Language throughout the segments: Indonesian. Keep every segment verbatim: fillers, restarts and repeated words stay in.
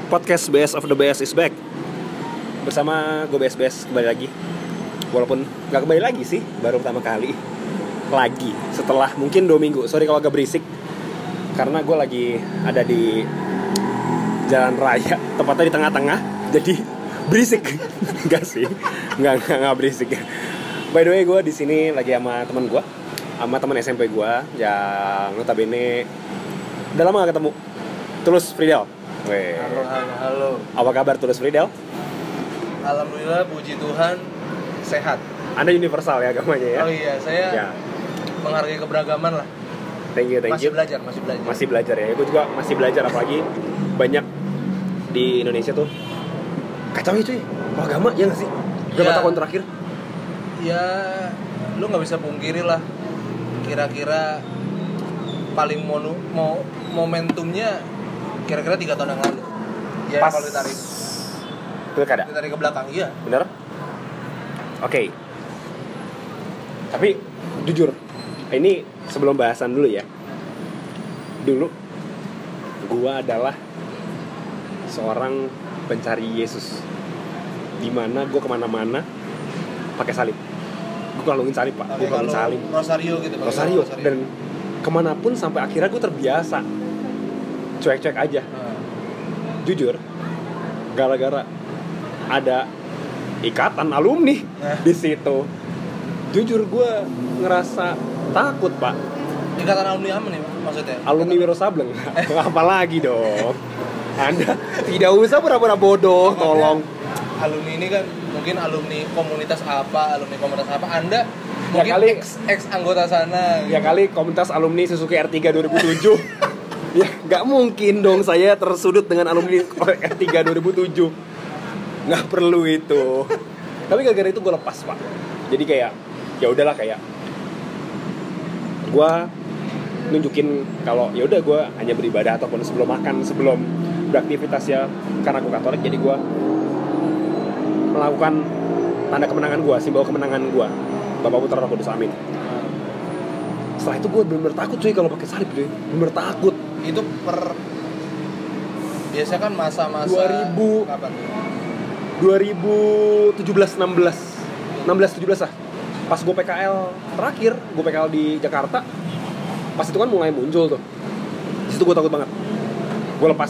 Podcast Best of the Best is back. Bersama gue B S B S kembali lagi. Walaupun gak kembali lagi sih, baru pertama kali lagi setelah mungkin dua minggu. Sorry kalau agak berisik, karena gue lagi ada di jalan raya, tepatnya di tengah-tengah, jadi berisik. Enggak sih, enggak enggak, enggak berisik. By the way, gue di sini lagi sama teman gue, sama teman S M P gue yang notabene udah lama gak ketemu. Tulus Fridel. Weh. Halo, halo, halo. Apa kabar Tulus Fridel? Alhamdulillah, puji Tuhan, sehat. Anda universal ya agamanya ya? Oh iya, saya Ya. menghargai keberagaman lah. Thank you, thank Masih you. belajar, masih belajar. Masih belajar ya. Gue juga masih belajar, apalagi banyak di Indonesia tuh kacau ya cuy. Oh, agama ya nggak sih? Berapa Ya. tahun terakhir? Ya, lu nggak bisa pungkiri lah. Kira-kira paling monu, mo, momentumnya kira-kira tiga tahun yang lalu. Ya, Pas kalau ditarik, pilkada. ditarik ke belakang, iya. Bener? Oke. Tapi jujur, ini sebelum bahasan dulu ya. Dulu gua adalah seorang pencari Yesus, dimana gua kemana-mana pakai salib. Gua kalungin salib pak, Oke, gua kalungin kalau salib. Rosario gitu. pakai Rosario. Dan kemanapun sampai akhirnya gue terbiasa cuek-cuek aja. Nah, Jujur, gara-gara ada ikatan alumni Nah. di situ, jujur gue ngerasa takut pak. ikatan alumni apa nih maksudnya? Alumni Ikatan- Wiro Sableng. Apalagi dong. Anda tidak usah pura-pura bodoh, tolong. Alumni ini kan mungkin alumni komunitas apa, alumni komunitas apa. Anda Ya mungkin kali- ex, ex anggota sana. Ya kali komunitas alumni Suzuki R tiga dua ribu tujuh. Ya nggak mungkin dong saya tersudut dengan alumni R tiga dua ribu tujuh. Nggak perlu itu. Tapi gara-gara itu gue lepas pak. Jadi kayak ya udahlah, kayak gue nunjukin kalau ya udah gue hanya beribadah ataupun sebelum makan, sebelum beraktivitas ya, karena gue Katolik, jadi gue melakukan tanda kemenangan gue, simbol kemenangan gue, Bapak Putra Roh Kudus, amin. Setelah itu gue bener-bener takut cuy kalau pakai salib cuy, bener-bener takut. Itu per biasa kan masa-masa dua ribu kapan? dua ribu tujuh belas enam belas enam belas tujuh belas lah. Pas gue P K L terakhir, gue P K L di Jakarta. Pas itu kan mulai muncul tuh. Di situ gue takut banget. Gue lepas.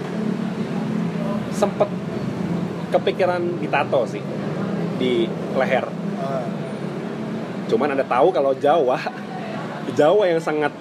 Sempet kepikiran ditato sih di leher. Ah, Cuman Anda tahu kalau Jawa, Jawa yang sangat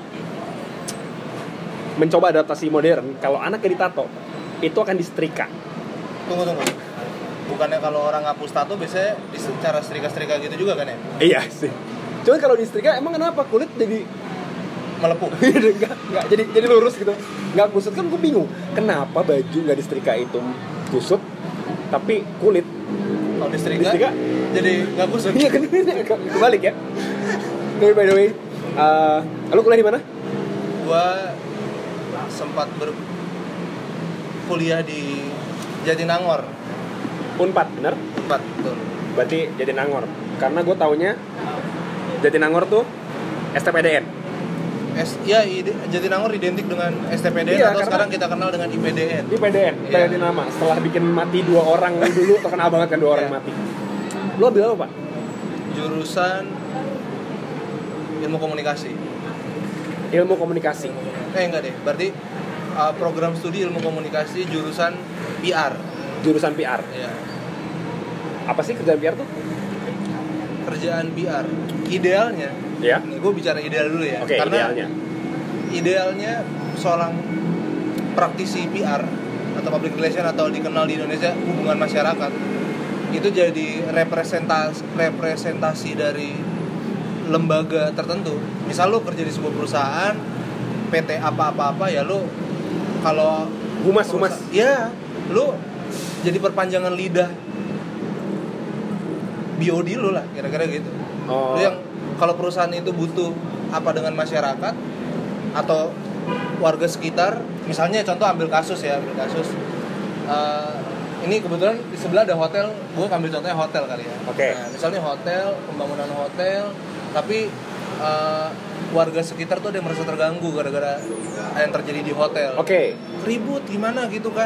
mencoba adaptasi modern, kalau anaknya ditato, itu akan disetrika. tunggu tunggu. Bukannya kalau orang ngapus tato biasanya di cara setrika-setrika gitu juga kan ya? Iya sih. Cuman kalau disetrika emang kenapa kulit jadi Melepuh. enggak, enggak jadi jadi lurus gitu. Enggak kusut, kan gue bingung. Kenapa baju enggak disetrika itu kusut tapi kulit Kalau disetrika, disetrika jadi nggak kusut. iya kan kebalik ya. Tapi by the way, uh, lu kuliah di mana? Gua sempat berkuliah di Jatinangor. Unpad, bener? Empat, betul. Berarti Jatinangor. Karena gue taunya Jatinangor tuh S T P D N. S, ya, ide, Jatinangor identik dengan S T P D N Iya, atau karena- sekarang kita kenal dengan I P D N. Di P D N, Iya. ganti nama. Setelah bikin mati dua orang dulu, terkenal banget kan dua orang Iya. mati. Lu ambil apa, Pak? Jurusan ilmu komunikasi. Ilmu komunikasi. Eh enggak deh, berarti uh, program studi ilmu komunikasi jurusan P R. Jurusan P R. Ya. Apa sih kerjaan P R tuh? Kerjaan P R. Idealnya, Ya. nih gue bicara ideal dulu ya. Oke, Karena idealnya. idealnya seorang praktisi P R atau public relation atau dikenal di Indonesia hubungan masyarakat itu jadi representasi representasi dari lembaga tertentu. Misal lo kerja di sebuah perusahaan P T apa-apa-apa ya lo kalau Humas, humas. perusa- ya lo jadi perpanjangan lidah B O D lo lah kira-kira gitu. Oh. Lo yang kalau perusahaan itu butuh apa dengan masyarakat atau warga sekitar, misalnya contoh ambil kasus ya, ambil kasus uh, ini kebetulan di sebelah ada hotel, gue ambil contohnya hotel kali ya. Oke. Nah, misalnya hotel, pembangunan hotel, tapi uh, warga sekitar tuh ada yang merasa terganggu gara-gara yang terjadi di hotel. Oke. Ribut gimana gitu kan?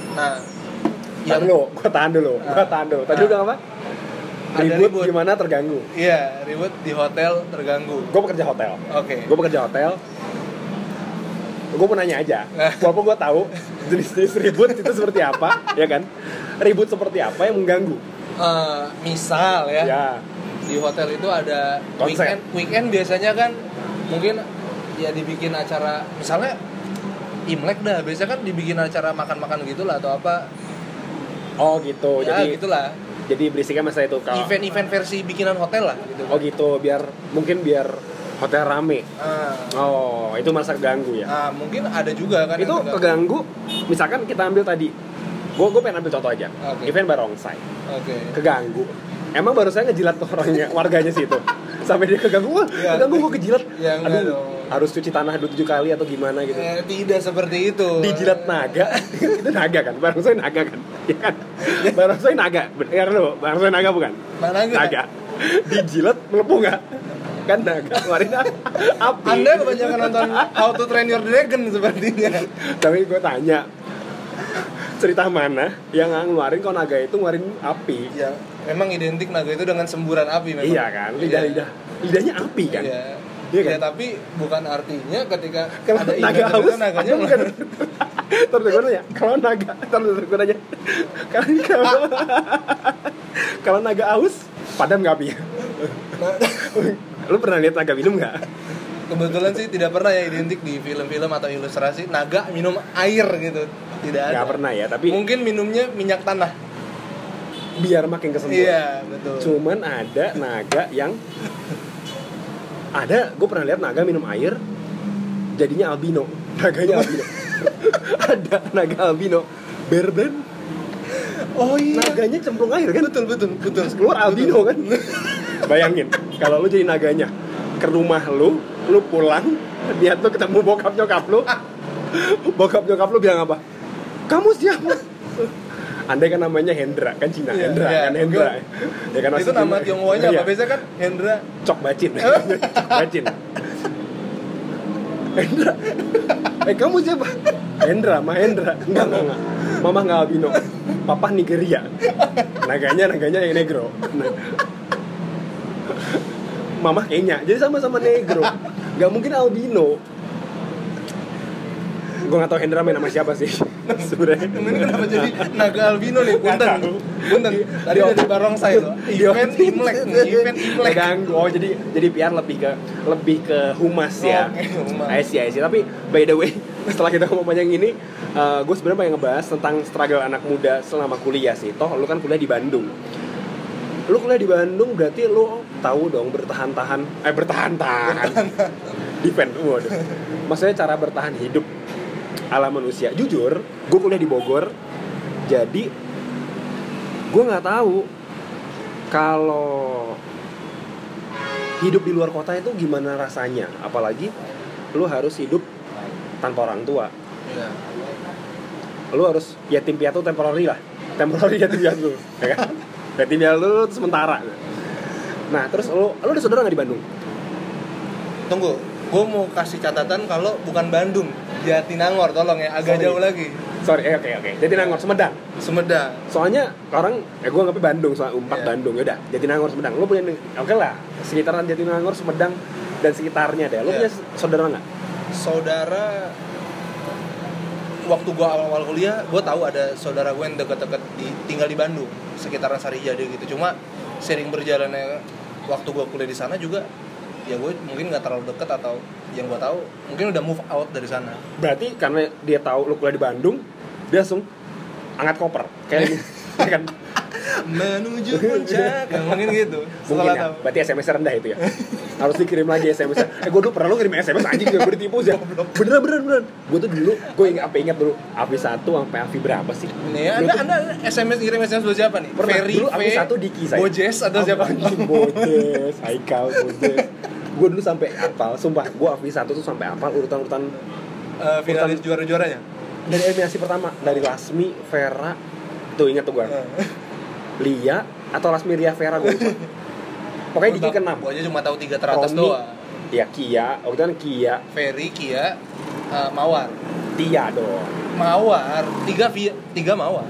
Nah, Tahan dulu, gua tahan dulu, gua Nah. tahan dulu. Tadi Nah. udah apa? Ada Ribut, ribut. gimana terganggu. iya, ribut di hotel terganggu. Gue pekerja hotel. Oke. Gue pekerja hotel. Gue mau nanya aja. Walaupun gue tahu jenis-jenis ribut itu seperti apa, ya kan? Ribut seperti apa yang mengganggu? Eh, misal ya, Ya. di hotel itu ada Konsep. weekend. Weekend biasanya kan mungkin ya dibikin acara, misalnya Imlek dah, biasanya kan dibikin acara makan-makan gitu lah atau apa. Oh gitu. Ya jadi gitulah. jadi berisiknya masa itu kalau Event-event versi bikinan hotel lah gitu. oh gitu, biar mungkin biar hotel rame. Ah. Oh, itu masa keganggu ya. Nah, mungkin ada juga kan Itu yang keganggu. Misalkan kita ambil tadi. Gue gue pengen ambil contoh aja. Oke. Event barongsai. Oke. Keganggu. Emang baru saya ngejilat tuh orangnya, warganya situ. Sampai dia keganggu, wah, Ya. keganggu gue kejilat. Ya, enggak Aduh, dong. harus cuci tanah dua puluh tujuh kali atau gimana gitu. Eh, tidak seperti itu. Dijilat naga, itu naga kan? Barongsai naga kan? Ya kan? Barongsai naga, benar lu? Barongsai naga bukan? Mana naga? Naga. Dijilat melepuh nggak? Kan naga keluarin api. Anda kebanyakan nonton How to Train Your Dragon sepertinya. Tapi gue tanya, cerita mana yang ngeluarin kalau naga itu ngeluarin api? Ya, memang identik naga itu dengan semburan api memang. Iya kan? Lidah-lidah. Lidahnya api kan? Iya. Iya kan? Ya, tapi bukan artinya ketika Kalau ada naga event haus, itu naganya apa bukan? Terus gue nanya, kalau naga, terus gue nanya, kalau kalau kalau naga haus, padam nggak apinya? Lu pernah lihat naga minum nggak? kebetulan sih tidak pernah ya identik di film-film atau ilustrasi naga minum air gitu. Tidak ada. Nggak pernah ya, tapi Mungkin minumnya minyak tanah. biar makin kesembuh. Iya, betul. Cuman ada naga yang ada, gue pernah lihat naga minum air, jadinya albino. Naganya albino. Ada naga albino, berben. Oh iya. Naganya cemplung air kan? Betul, betul, betul. Terus keluar albino kan? Bayangin, kalau lu jadi naganya ke rumah lu, lu pulang, dia tuh ketemu bokap nyokap lu, bokap nyokap lu bilang apa? Kamu siapa? Andai kan namanya Hendra, kan Cina, Iya, Hendra iya. kan Hendra. Ya kan Itu nama Tionghoanya Iya. apa? Biasanya kan Hendra. Cok bacin. Cok bacin. Hendra. Eh kamu siapa? Hendra, Mahendra. Enggak, enggak, enggak. Mama enggak albino. Papa Nigeria. Naganya naganya yang negro. Nah. Mama Kenya. Jadi sama-sama negro. Enggak mungkin albino. Gue gak tau Hendra main sama siapa sih sebenarnya. Ini kenapa jadi naga albino nih? Punten. Nggak tahu. Punten. Tadi dari barongsai loh. Event Imlek nih, event Imlek. Ganggu. Oh, jadi jadi P R lebih ke lebih ke humas ya. Oke, humas. I see, I see. Tapi by the way, setelah kita ngomong panjang ini, uh, gue sebenarnya pengen ngebahas tentang struggle anak muda selama kuliah sih. Toh lu kan kuliah di Bandung. Lu kuliah di Bandung berarti lu tahu dong bertahan-tahan eh bertahan-tahan. Defend. Waduh. Maksudnya cara bertahan hidup ala manusia. Jujur, gue kuliah di Bogor. Jadi gue nggak tahu kalau hidup di luar kota itu gimana rasanya. Apalagi lu harus hidup tanpa orang tua. Iya. Lu harus yatim piatu temporary lah. Temporary yatim piatu, ya kan? Yatim piatu lu tuh sementara. Nah, terus lu lu ada saudara nggak di Bandung? Tunggu, gue mau kasih catatan kalau bukan Bandung, Jatinangor, tolong ya, agak Sorry. jauh lagi. Sorry, eh, oke oke. Jatinangor, Sumedang. Sumedang. Soalnya orang, eh gue ngapain Bandung, soal Unpad Iya. Bandung, yaudah Jatinangor Sumedang. Lu punya, oke lah, sekitaran Jatinangor Sumedang dan sekitarnya deh. Lu Iya. punya saudara nggak? Saudara, waktu gue awal-awal kuliah, gue tahu ada saudara gue yang deket-deket di, tinggal di Bandung, sekitaran Sarijadi gitu. Cuma sering berjalannya waktu gue kuliah di sana juga, ya gue mungkin nggak terlalu deket atau yang gue tahu mungkin udah move out dari sana. Berarti karena dia tahu lu kuliah di Bandung, dia langsung angkat koper, kayak ini, ya kan? Menuju puncak, mungkin gitu. Mungkin Setelah ya, tahu. berarti S M S rendah itu ya. Harus dikirim lagi S M S. Eh gue dulu pernah lu ngirim S M S anjing juga gue ditipu sih. Beneran beneran beneran. Gue tuh dulu, gue ingat apa ingat dulu A V satu sampai A V berapa sih? Nih, anda, anda S M S kirim S M S buat siapa nih? Pernah, Ferry, dulu A V V, satu Diki saya. Bojes atau siapa? Anjing, Bojes, Haikal, Bojes. Gue dulu sampai hafal, sumpah. Gue A V satu tuh sampai hafal urutan-urutan Uh, finalis juara-juaranya. dari eliminasi pertama, dari Lasmi, Vera, tuh ingat tuh gue. Lia atau Lasmi Ria Vera gue lupa. Pokoknya Diki keenam. Gue aja cuma tahu tiga teratas Romi, doang. ya Kia, waktu itu kan Kia, Ferry, Kia, uh, Mawar. Tia dong. Mawar, tiga via, tiga Mawar.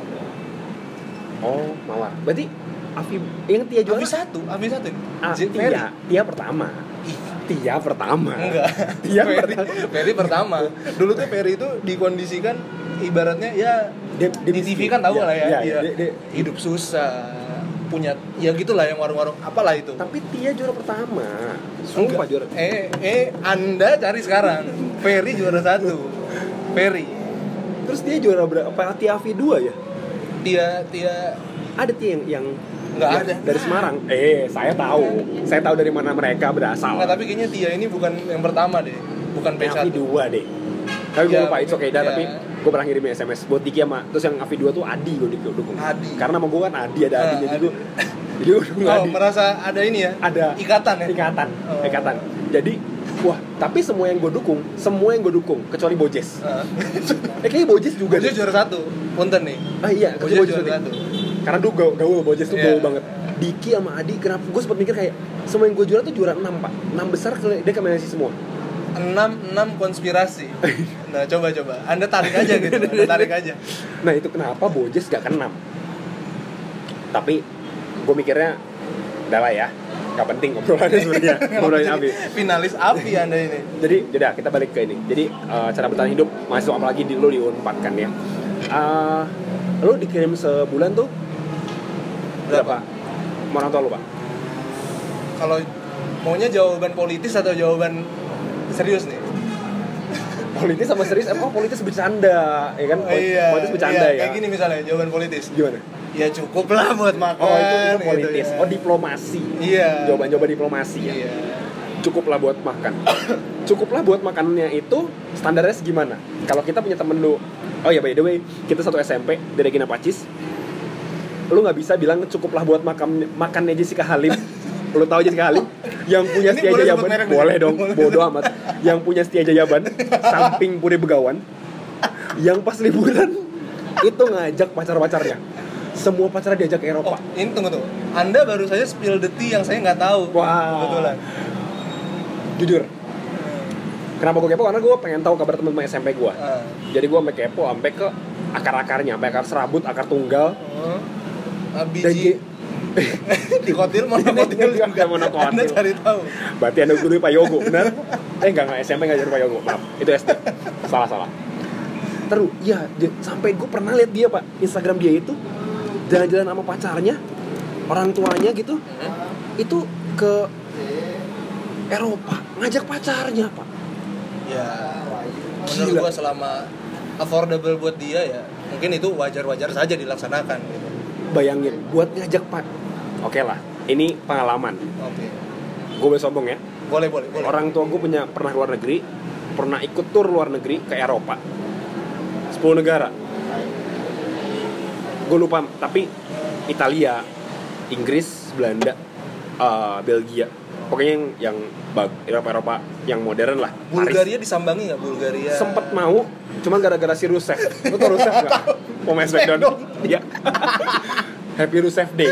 Oh, Mawar. Berarti Afi yang Tia juara Afi satu, Afi satu. Ah, J- Tia, Tia pertama. Tia pertama. Enggak. Tia Ferry, pertama. Ferry pertama. Dulu tuh Ferry itu dikondisikan ibaratnya ya Dia- dia di T V miskin. kan tahu Iya, lah ya, iya, dia dia- dia- hidup susah, punya ya gitulah yang warung-warung apalah itu. Tapi Tia juara pertama. Sumpah Enggak. juara. Eh, eh, Anda cari sekarang. Ferry juara satu. Ferry. Terus dia juara berapa? Tia Afi dua ya? Dia, dia Ada Tia yang yang Nggak yang ada. dari Semarang. Eh, saya tahu. Saya tahu dari mana mereka berasal. Enggak, tapi kayaknya Tia ini bukan yang pertama deh. Bukan P Yang Afi satu. dua deh. Tapi gue Ya, lupa, it's okay dah. ya. Tapi gue pernah ngirim S M S buat Diki sama. Terus yang Afi dua tuh Adi gue dukung. Adi. Karena sama gue kan Adi ada Ah, Adinya. Jadi Adi. gue jadi gue dukung Oh, Adi. merasa ada ini ya? Ada Ikatan ya? Ikatan. Oh. Ikatan. Jadi wah, tapi semua yang gue dukung, semua yang gue dukung kecuali Bojes. Ah. Eh kayaknya Bojes juga Bojes deh. juara satu. Punten nih. Ah iya, Bojes Bojes juara juga. satu. Karena dulu gaul, gaul Bojes tuh Iya. gaul banget. Diki sama Adi, kenapa gue sempat mikir kayak semua yang gue juara tuh juara enam pak, enam besar ke- dia kombinasi semua. enam enam konspirasi. Nah, coba-coba. Anda tarik aja gitu. Anda tarik aja. Nah itu kenapa Bojes gak ke enam. Tapi gue mikirnya udah lah ya, gak penting ngobrolannya sebenarnya. Ngobrolin Abi. Finalis api Anda ini. Jadi yaudah kita balik ke ini. Jadi eh, cara bertahan hidup mahasiswa apalagi di lu di U empat kan ya. Eh, lu dikirim sebulan tuh berapa? Mau orang tua lu pak? Kalau maunya jawaban politis atau jawaban serius nih? Politis sama serius, emang politis bercanda, ya kan? Oh, iya. Politis bercanda Iya, ya. kayak gini misalnya jawaban politis. Gimana? Ya cukup lah buat makan. Oh itu, itu politis. gitu ya. Oh diplomasi. Iya. Jawaban-jawaban diplomasi ya. Iya. Cukuplah buat makan. Cukuplah buat makannya itu standarnya segimana? Kalau kita punya temen lu, oh ya by the way, kita satu S M P di Regina Pacis. Lu nggak bisa bilang cukuplah buat makan makannya Jessica Halim. Lu tahu Jessica Halim yang punya Ini Setia boleh Jayaban? sebut merek Boleh nih? dong, Boleh. bodoh amat. Yang punya Setia Jayaban samping Puri Begawan, yang pas liburan itu ngajak pacar-pacarnya. Semua pacarnya diajak ke Eropa. Oh, ini tunggu tuh. Anda baru saja spill the tea yang saya nggak tahu. Wah. Kebetulan. Jujur. Kenapa gue kepo? Karena gue pengen tahu kabar teman-teman S M P gue. Ah. Jadi gue sampai kepo sampai ke akar-akarnya, sampai akar serabut, akar tunggal. Oh. Ah, Dan biji dikotil monokotil Iya, juga. monokotil. Anda cari tahu. Berarti anda guru Pak Yogo, benar? Eh enggak, enggak, S M P enggak jadi Pak Yogo, maaf. Itu S D. Salah-salah. Terus, ya, j- sampai gue pernah lihat dia, Pak. Instagram dia itu jalan-jalan sama pacarnya, orang tuanya gitu. Itu ke Eropa, ngajak pacarnya, Pak. Ya, Gila. menurut gua selama affordable buat dia ya, mungkin itu wajar-wajar saja dilaksanakan gitu. Bayangin, buat ngajak Pak. Oke lah, ini pengalaman. Oke. Gue boleh sombong ya. Boleh, boleh, boleh. Orang tua gue punya pernah luar negeri, pernah ikut tur luar negeri ke Eropa. sepuluh negara. Gue lupa, tapi Italia, Inggris, Belanda, uh, Belgia. Pokoknya yang yang bag, Eropa-Eropa yang modern lah. Bulgaria disambangi nggak Bulgaria? Sempet mau, cuman gara-gara si Rusev. Lu tau Rusev nggak? Pemain Smackdown. Iya. Happy Rusev Day.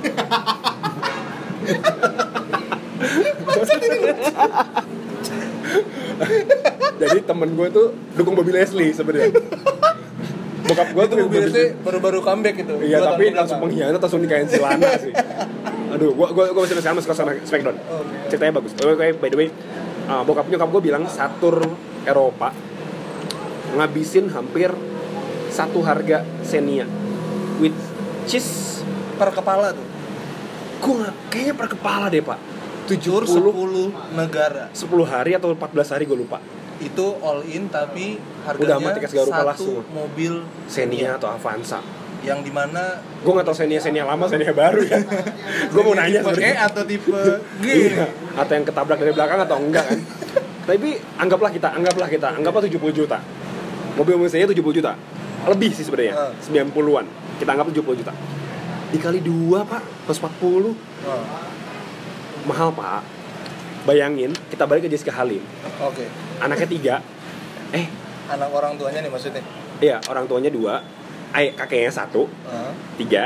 Jadi temen gue tuh dukung Bobby Leslie sebenarnya. Bokap gue Itu tuh biasanya baru-baru comeback itu. Iya, dua tapi tahun langsung kebelakang. pengkhianat langsung nikahin si Lana sih. Aduh, gua gua gua masih sekarang suka sama Smackdown. Oke. Ceritanya bagus. Oke, okay, by the way, uh, bokap nyokap gue bilang satur Eropa ngabisin hampir satu harga Xenia, which is Per kepala tuh. gua nggak- kayaknya per kepala deh pak. Tur tujuh puluh sepuluh negara. sepuluh hari atau empat belas hari gue lupa. Itu all in tapi Udah harganya amat tiket segala rupa lah satu semua. mobil Xenia atau Avanza. yang dimana Gue nggak tahu Xenia Xenia lama Xenia baru ya. Gue mau nanya tipe E sebenarnya. atau tipe G. Iya. Atau yang ketabrak dari belakang atau enggak kan. Tapi anggaplah kita, anggaplah kita, anggaplah tujuh puluh juta. Mobil-mobil saya tujuh puluh juta. Lebih sih sebenarnya, Uh. sembilan puluhan. Kita anggap tujuh puluh juta. Dikali dua pak, seratus empat puluh. Oh, Mahal pak. Bayangin, kita balik ke Jessica Halim. Oke. Anaknya tiga. Eh, Anak orang tuanya nih maksudnya. iya orang tuanya dua. Ay, kakeknya satu, Uh. tiga.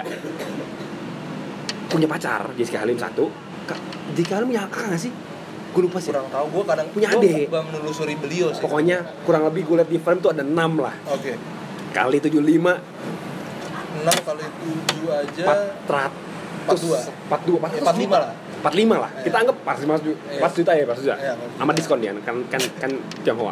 Punya pacar, Jessica Halim satu. Ka- Jessica Halim punya kakak nggak sih? Gue lupa sih. Kurang tahu, gue kadang Punya gua adik. nggak menelusuri beliau sih. Pokoknya kurang lebih gue liat di frame tuh ada enam lah. Oke. kali tujuh puluh lima enam kali tujuh aja empat ratus empat puluh dua empat puluh dua ya, empat puluh lima lah empat puluh lima lah. Iya. Kita anggap empat puluh lima juta, Iya. empat juta ya, empat juta. Iya, Sama diskon ya, kan kan kan Tionghoa.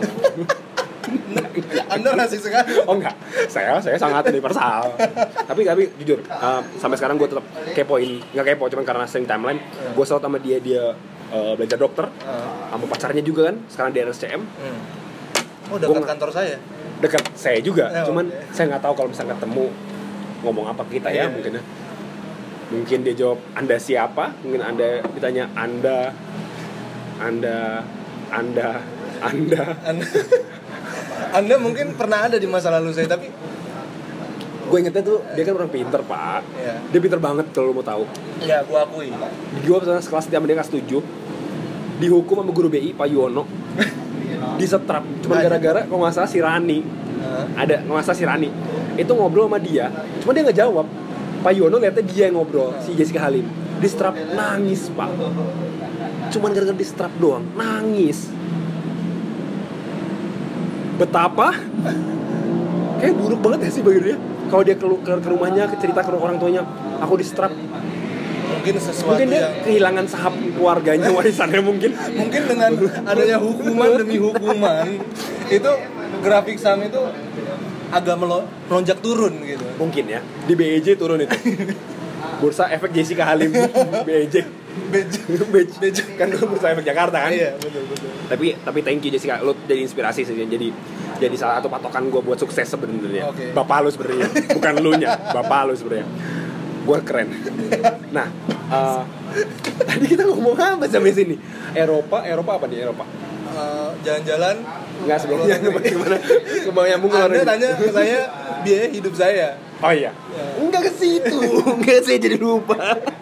Anda nasi sekali. Oh enggak, saya saya sangat universal. tapi tapi jujur, uh, sampai sekarang gue tetap kepoin, nggak kepo, cuman karena sering timeline, Hmm. gue selalu sama dia dia uh, belajar dokter, Uh. sama pacarnya juga kan, sekarang di R S C M, Hmm. Oh, dekat Gua- kantor saya. dekat saya juga, Oh, cuman okay. saya nggak tahu kalau misalnya ketemu ngomong apa ke kita ya, Iya. mungkin ya. Mungkin dia jawab Anda siapa, mungkin Anda ditanya Anda, Anda, Anda, Anda. Anda, Anda mungkin pernah ada di masa lalu saya, tapi Gue ingetnya tuh dia kan orang pinter pak, ya, dia pinter banget kalau lo mau tahu. ya gua akui. Gue pernah sekelas dia sama dia kelas tujuh, dihukum sama guru B I Pak Yuwono, disetrap, cuma gara-gara kalau nggak salah si Rani, Uh. ada nggak salah si Rani, itu ngobrol sama dia, cuma dia nggak jawab. Pak Yuwono liatnya dia yang ngobrol, si Jessica Halim, disetrap nangis pak, cuman gara-gara disetrap doang, nangis. Betapa kayak buruk banget ya sih bagi dia. Kalau dia ke, ke, ke rumahnya, ke cerita ke orang tuanya, aku disetrap. Mungkin sesuatu Mungkin dia yang kehilangan saham keluarganya, warisannya mungkin. mungkin dengan adanya hukuman demi hukuman itu grafik saham itu agak melo- melonjak turun gitu. Mungkin ya, di B E J turun itu. Bursa Efek Jessica Halim B E J. B E J. Kan dulu Bursa Efek Jakarta kan. Iya, betul betul. Tapi tapi thank you Jessica, lu jadi inspirasi sih, jadi jadi salah satu patokan gue buat sukses sebenarnya. Oke. Bapak lu sebenarnya, bukan lu nya, bapak lu sebenarnya. Gue keren. Nah, uh, tadi kita ngomong apa sampai sini? Eropa, Eropa apa nih Eropa? Eh, jalan-jalan Enggak sebelumnya gimana? Kembang nyambung keluar. Anda tanya ke saya biaya hidup saya. Oh iya. Enggak ke situ. Enggak, saya jadi lupa.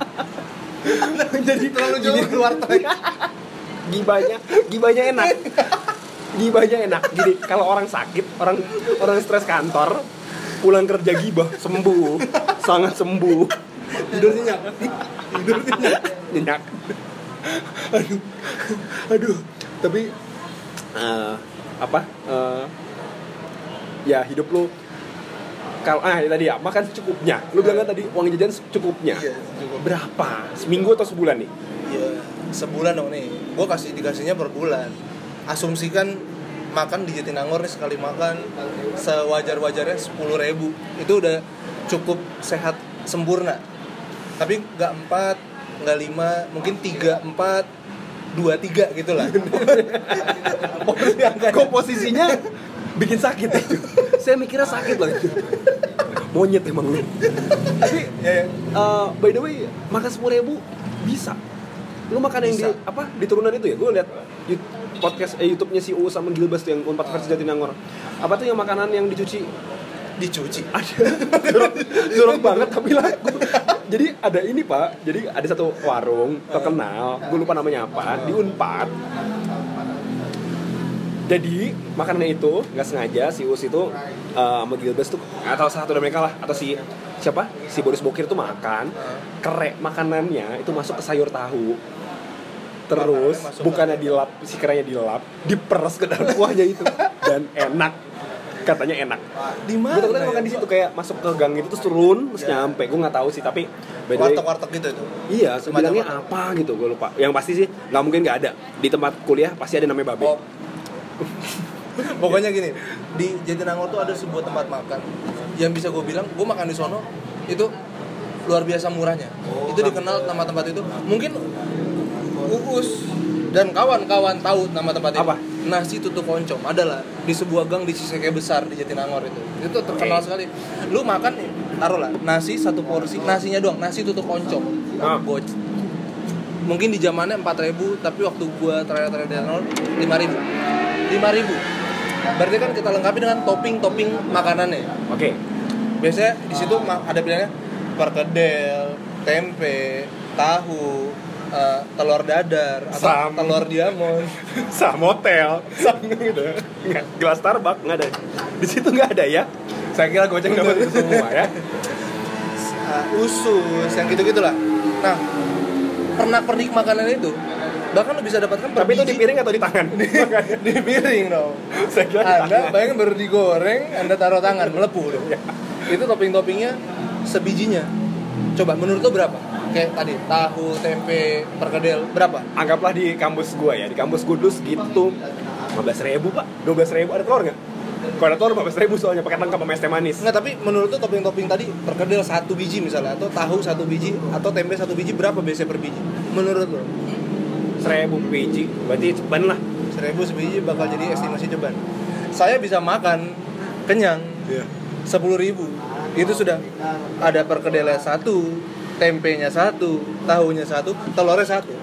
Jadi terlalu jauh keluar track. Gibanya, gibanya enak. Gibanya enak. Jadi kalau orang sakit, orang orang stres kantor, pulang kerja gibah, sembuh. Sangat sembuh. Tidur nyenyak. Tidur nyenyak. Nyenyak. Aduh. Aduh. Tapi uh, apa? Uh, ya hidup lu kalau ah tadi ya makan secukupnya. Lu bilang kan tadi uang jajan secukupnya. Iya, cukup. Berapa? Seminggu atau sebulan nih? Iya, sebulan dong nih. Gua kasih dikasihnya per bulan. Asumsikan makan di Jatinangor nih sekali makan sewajar-wajarnya sepuluh ribu. Itu udah cukup sehat sempurna. Tapi nggak empat, nggak lima, mungkin tiga, empat, dua, tiga gitu lah. Kok posisinya bikin sakit itu? Saya mikirnya sakit loh itu. Monyet emang lu. Tapi Ya, ya. uh, by the way makan sepuluh ribu bisa. Lu makan yang di Bisa. apa di turunan itu ya? Gue liat you- podcast eh, YouTube-nya si Uus sama Gilbas tuh yang Unpad versi Jatinangor. Apa tuh yang makanan yang dicuci? Dicuci. Ada jorok, jorok banget tapi laku. Jadi ada ini pak, jadi ada satu warung terkenal, gue lupa namanya apa, di Unpad. Jadi makanannya itu nggak sengaja si Us itu uh, sama Gilbas tuh atau satu dari mereka lah atau si siapa si Boris Bokir tuh makan kerek makanannya itu masuk ke sayur tahu. Terus Makanannya masuk bukannya dilap, si kerenya dilap, diperes ke dalam kuahnya itu dan enak. Katanya enak. Di mana? Gue takutnya makan di situ kayak masuk ke gang itu terus turun terus Ya. nyampe. Gue nggak tahu sih tapi by the way, Warteg-warteg gitu itu. iya Semacam sebenarnya warteg. apa gitu gue lupa. Yang pasti sih nggak mungkin nggak ada di tempat kuliah pasti ada namanya babe. Oh. Pokoknya gini, di Jatinangor tuh ada sebuah tempat makan yang bisa gue bilang, gue makan di sono itu luar biasa murahnya. Itu dikenal nama tempat itu. Mungkin Uus dan kawan-kawan tahu nama tempat itu. Apa? Nasi tutuk oncom. Adalah di sebuah gang di Ciseke Besar di Jatinangor itu. Itu terkenal Oke. sekali. Lu makan nih, taruhlah nasi satu porsi, nasinya doang, nasi tutuk oncom. Ah. Goc- Mungkin di zamannya empat ribu, tapi waktu gua terakhir-terakhir di Jatinangor lima ribu. lima ribu. Berarti kan kita lengkapi dengan topping-topping makanannya. Oke. Biasanya di situ ma- ada pilihannya perkedel, tempe, tahu, eh, telur dadar, atau Sam. telur diamond. Sama hotel, sama gitu. Nggak, gelas Starbucks nggak ada. Di situ nggak ada ya. Saya kira Gojek dapat itu semua ya. uh, usus, yang gitu-gitulah. Nah, pernak-pernik makanan itu Bahkan lu bisa dapatkan per Tapi itu di biji. piring atau di tangan? Di piring dong. Saya kira di Anda tangan. bayangin baru digoreng, Anda taruh tangan, melepuh dong. Ya. Itu topping-toppingnya sebijinya. Coba menurut lu berapa? Kayak tadi tahu, tempe, perkedel berapa? Anggaplah di kampus gua ya, di kampus Kudus gitu lima belas ribu pak, dua belas ribu, ada telur nggak? Kalau ada telur lima belas ribu soalnya pakai lengkap sama es teh manis. Enggak, tapi menurut lu topping-topping tadi perkedel satu biji misalnya, atau tahu satu biji, atau tempe satu biji, berapa biasanya per biji? Menurut lu? Seribu biji, berarti ceban lah. Seribu sebiji bakal jadi estimasi ceban. Saya bisa makan kenyang Iya. sepuluh ribu. Itu sudah ada perkedelnya satu, tempenya satu, tahunya satu, telurnya satu.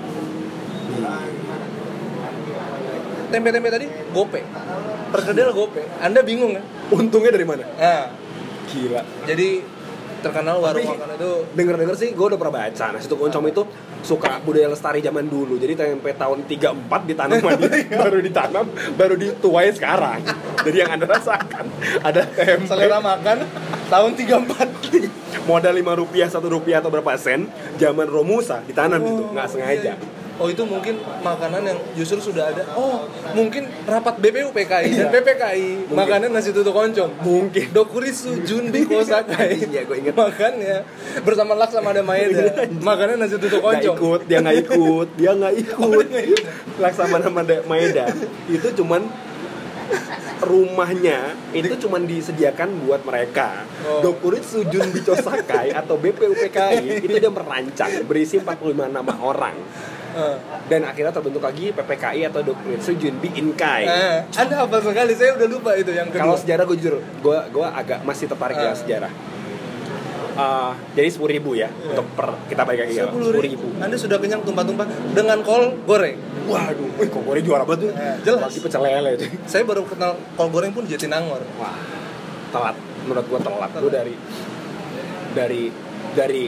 Tempe-tempe tadi gope, perkedel gope. Anda bingung kan? Untungnya dari mana? Nah, Gila. jadi terkenal warung Tapi, makan itu Dengar-dengar sih, gue udah pernah baca. Nasi tuk oncom itu suka budaya lestari zaman dulu. Jadi tempe tahun tiga puluh empat ditanam lagi, baru ditanam, baru dituai sekarang. Jadi yang Anda rasakan ada tempe selera makan tahun tiga puluh empat. modal lima rupiah, satu rupiah atau berapa sen, zaman Romusa ditanam itu, nggak sengaja. Oh, itu mungkin makanan yang justru sudah ada. Oh, mungkin rapat B P U P K I dan Iya. P P K I Mungkin. makanan nasi tutuk oncom. Mungkin. Dokurisu Junbi Kosakai. Iya, gue inget. Makannya bersama Laksamana Maeda. Makannya nasi tutuk Nggak oncom. ikut, dia nggak ikut, dia nggak ikut. Laksamana Maeda itu cuman rumahnya itu cuman disediakan buat mereka. Oh. Dokuritsu Junbi Kosakai atau B P U P K I itu dia merancang berisi empat puluh lima nama orang. Eh. Dan akhirnya terbentuk lagi P P K I atau Dokuritsu Junbi Inkai. Eh, Anda hafal sekali, saya udah lupa itu yang kedua. Kalau sejarah gue jujur, gue gue agak masih tertarik Ah. dengan sejarah. Uh, jadi sepuluh ribu ya untuk per kita balik lagi ya sepuluh ribu. Anda sudah kenyang tumpah-tumpah dengan kol goreng. Waduh, wih kok goreng juara banget tuh. Eh, jelas. Lagi pecel lele itu. Saya baru kenal kol goreng pun di Jatinangor. Wah, telat. Menurut gue telat. Gue dari dari dari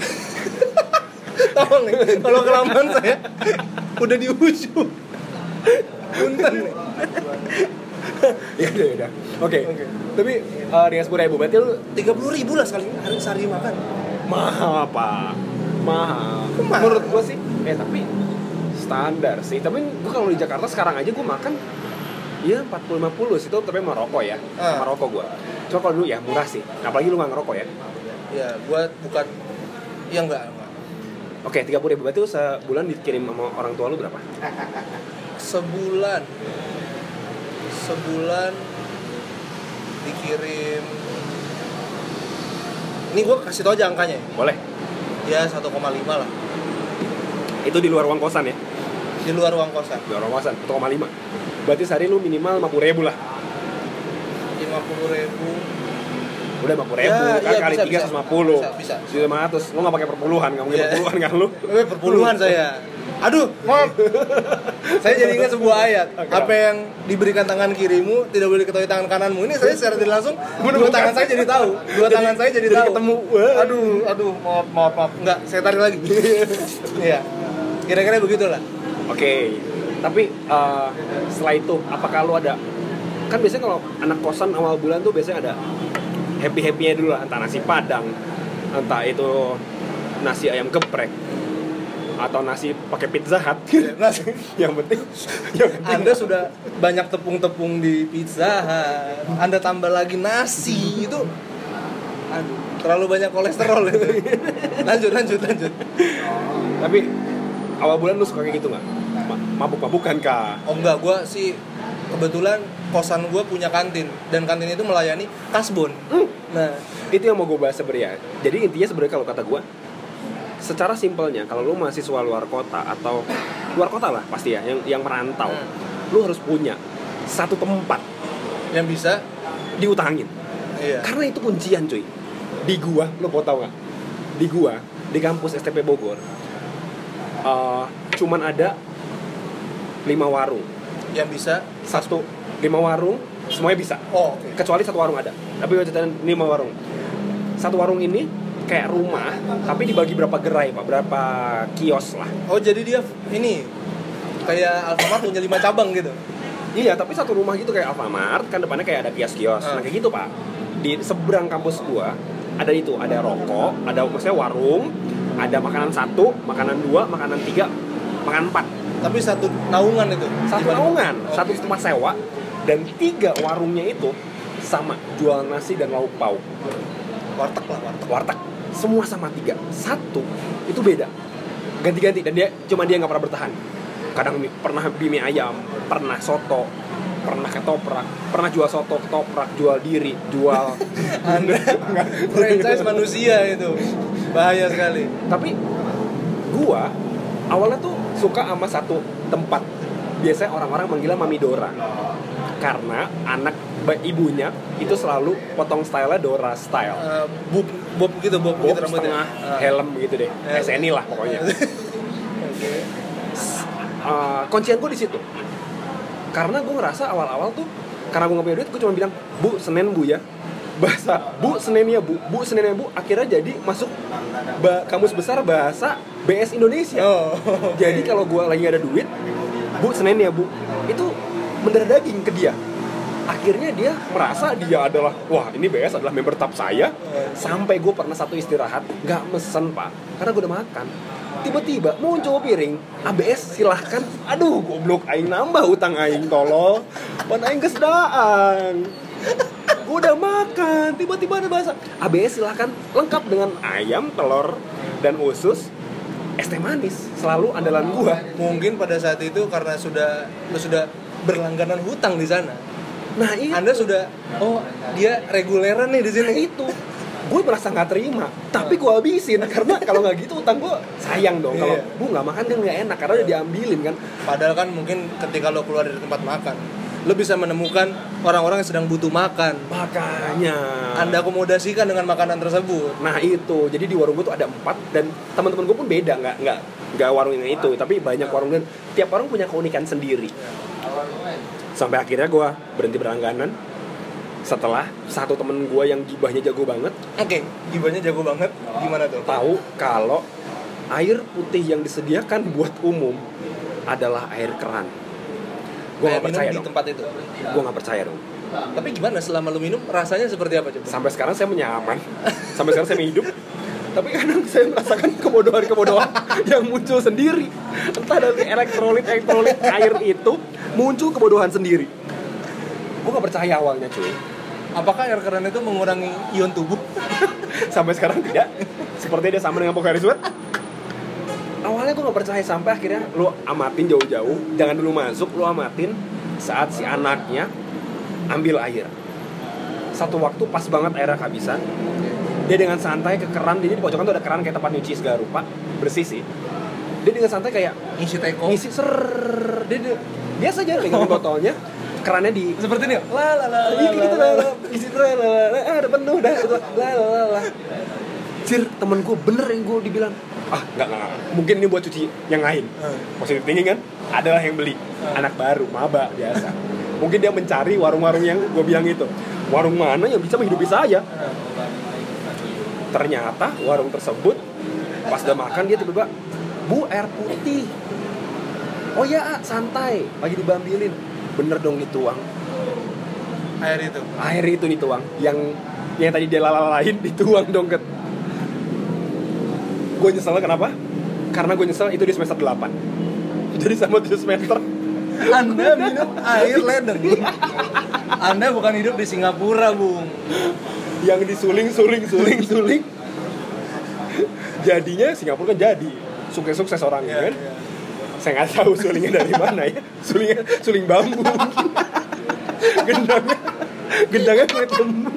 Tolong nih, kalau kelamaan saya udah di ujung. Punten nih. ya udah ya udah. Oke. Oke. Tapi uh, dengan sepuluh ribu berarti lu tiga puluh ribu lah sekali hari sehari makan. mahal apa? Mahal. Kok mahal? Menurut gue sih, eh tapi standar sih. Tapi gue kalau di Jakarta sekarang aja gue makan ya empat puluh lima puluh sih, itu tapi sama rokok ya. Ah. Sama rokok gue. Cuma kalau dulu ya murah sih. Apalagi lu nggak ngerokok ya. Ya, gua bukan ya enggak, enggak. Oke, tiga puluh ribu berarti lu sebulan dikirim sama orang tua lu berapa? Sebulan sebulan dikirim. Ini gua kasih tau aja angkanya. Boleh. Ya satu koma lima lah. Itu di luar uang kosan ya? Di luar uang kosan. Di luar uang kosan, satu koma lima. Berarti sehari lu minimal lima puluh ribu lah. lima puluh ribu. Udah lima puluh ribu, Ya, kan iya, kali bisa, tiga bisa. seratus lima puluh. Bisa, bisa. Jadi lima ratus. Lu nggak pakai perpuluhan, nggak mungkin Iya. perpuluhan kan lu? Eh, perpuluhan saya. Aduh, maaf. Saya jadi ingat sebuah ayat. Oke. Apa yang diberikan tangan kirimu tidak boleh diketahui tangan kananmu. Ini saya secara tidak langsung dua Menemukan. tangan saya jadi tahu. Dua tangan saya jadi, jadi tahu. ketemu. Wah. Aduh, aduh, maaf, maaf, maaf. Enggak, saya tarik lagi. Iya. Kira-kira begitulah. Oke. Tapi eh, setelah itu, apakah lu ada? Kan biasanya kalau anak kosan awal bulan tuh biasanya ada happy-happynya dulu lah, entah nasi padang, entah itu nasi ayam geprek, atau nasi pakai pizza hut. Nasi. yang penting, yang penting Anda sudah banyak tepung-tepung di pizza Hut. Anda tambah lagi nasi itu, aduh, terlalu banyak kolesterol itu. Lanjut, lanjut, lanjut. Tapi awal bulan lu suka kayak gitu nggak? Ma- Mabuk-mabukan kah? Oh enggak, gue sih kebetulan kosan gue punya kantin dan kantin itu melayani kasbon. Hmm. Nah, Itu yang mau gue bahas sebenarnya. Jadi intinya sebenarnya kalau kata gue, secara simpelnya kalau lu mahasiswa luar kota atau luar kota lah pasti ya, yang yang merantau, Hmm. lu harus punya satu tempat yang bisa, diutangin. iya. Karena itu kuncian cuy. Di gua, lu mau tau gak? Di gua, di kampus S T P Bogor, uh, cuman ada lima warung. Yang bisa. Satu, lima warung, semuanya bisa. Oh, oke. Kecuali satu warung ada. Tapi gue ceritain lima warung. Satu warung ini kayak rumah, tapi dibagi berapa gerai pak, berapa kios lah. Oh, jadi dia ini kayak Alfamart punya lima cabang gitu. Iya, tapi satu rumah gitu kayak Alfamart, kan depannya kayak ada kios-kios. Hmm. Nah kayak gitu pak. Di seberang kampus gua ada itu, ada rokok, ada maksudnya warung, ada makanan satu, makanan dua, makanan tiga, makanan empat. Tapi satu naungan itu. Satu Gimana? naungan, Okay. satu tempat sewa, dan tiga warungnya itu sama, jual nasi dan lauk pauk. Warteg lah, warteg. Warteg, semua sama tiga. Satu itu beda, ganti-ganti, dan dia cuma dia nggak pernah bertahan. Kadang mie, pernah mie ayam, pernah soto, pernah ketoprak, pernah jual soto, ketoprak, jual diri, jual. Anda franchise manusia itu bahaya sekali. Tapi gua awalnya tuh suka sama satu tempat. Biasanya orang-orang manggilnya Mami Dora, karena anak ibunya itu selalu potong stylenya Dora style. Uh, bob, bob gitu, bob, Bob gitu rambutnya. setengah, Uh. helm gitu deh, Helm. S N I lah pokoknya. Okay. Uh, kuncian gue di situ, karena gue ngerasa awal-awal tuh, karena gue nggak punya duit, gue cuma bilang, Bu, Senin Bu ya, bahasa Bu Senin ya Bu, Bu Senin ya Bu, akhirnya jadi masuk ba- kamus besar bahasa B S Indonesia. Oh, Jadi kalau gue lagi gak ada duit, Bu Senin ya Bu, itu mendarah daging ke dia. Akhirnya dia merasa dia adalah, wah ini B S adalah member tab saya. Sampai gue pernah satu istirahat gak mesen pak, karena gue udah makan. Tiba-tiba muncul piring A B S silahkan. Aduh goblok, aing nambah utang aing tolol. Pan aing kesdaan. Gue udah makan, tiba-tiba ada bahasa A B S silahkan, lengkap dengan ayam, telur, dan usus, es teh manis, selalu andalan gua. mungkin pada saat itu karena sudah lu sudah berlangganan hutang di sana. Nah itu, Anda sudah, oh dia reguleran nih di sini. itu gue merasa nggak terima, tapi gue habisin karena kalau nggak gitu utang gue sayang dong. Kalau Iya. bu nggak makan kan nggak enak karena udah diambilin kan. Padahal kan mungkin ketika lo keluar dari tempat makan, lo bisa menemukan orang-orang yang sedang butuh makan. Makanya Anda akomodasikan dengan makanan tersebut. nah itu, jadi di warung gue tuh ada empat dan teman-teman gue pun beda, nggak nggak nggak warung yang itu, tapi banyak warung dan tiap warung punya keunikan sendiri. Sampai akhirnya gue berhenti berlangganan setelah satu temen gue yang gibahnya jago banget. Oke, gibahnya jago banget. Gimana tuh? Tahu kalau air putih yang disediakan buat umum adalah air keran. Gue Kayak nggak percaya minum di dong. tempat itu. Gue nggak percaya dong. Tapi gimana selama lu minum rasanya seperti apa coba? Sampai sekarang saya menyaman. Sampai sekarang saya hidup. Tapi kadang saya merasakan kebodohan-kebodohan yang muncul sendiri. Entah dari elektrolit-elektrolit air itu muncul kebodohan sendiri. Gue nggak percaya awalnya cuy. Apakah air keran itu mengurangi ion tubuh? Sampai sekarang tidak. Seperti dia sama dengan Pocari Sweat. Awalnya gue gak percaya, sampai akhirnya lo amatin jauh-jauh. Jangan dulu masuk, lo amatin saat si anaknya ambil air. Satu waktu pas banget airnya kehabisan, dia dengan santai ke keran. Jadi di pojokan tuh ada keran kayak tempat nyuci segala rupa, bersih sih. Dia dengan santai kayak Ngisi teko. ngisi ser. Dia, dia biasa aja pegangin botolnya, kerannya di Seperti ini. La la la. iya gitu lah, isi terus lah, lah, ah udah penuh dah, lah lah lah. Cir, temen gue bener yang gue dibilang, ah nggak nggak, mungkin ini buat cuci yang lain. Positif tinggi kan, adalah yang beli, anak baru, maba biasa. Mungkin dia mencari warung-warung yang gue bilang itu, warung mana yang bisa menghidupi saya. Ternyata warung tersebut, pas udah makan dia tiba-tiba, bu air putih. Oh ya, ah, santai, lagi dibambilin. Bener dong dituang. Air itu. Air itu dituang, yang yang tadi dia lalalain dituang dong ke. Gue nyesel kenapa? Karena gue nyesel itu di semester delapan. Jadi sama tujuh semester. Anda minum air ledeng. Anda bukan hidup di Singapura, Bung. Yang disuling, suling, suling, suling. Jadinya Singapura kan jadi sukses-sukses orangnya kan. Saya nggak tahu sulingnya dari mana ya. Sulingnya suling bambu. Gendangnya, gendangnya kulit lembu.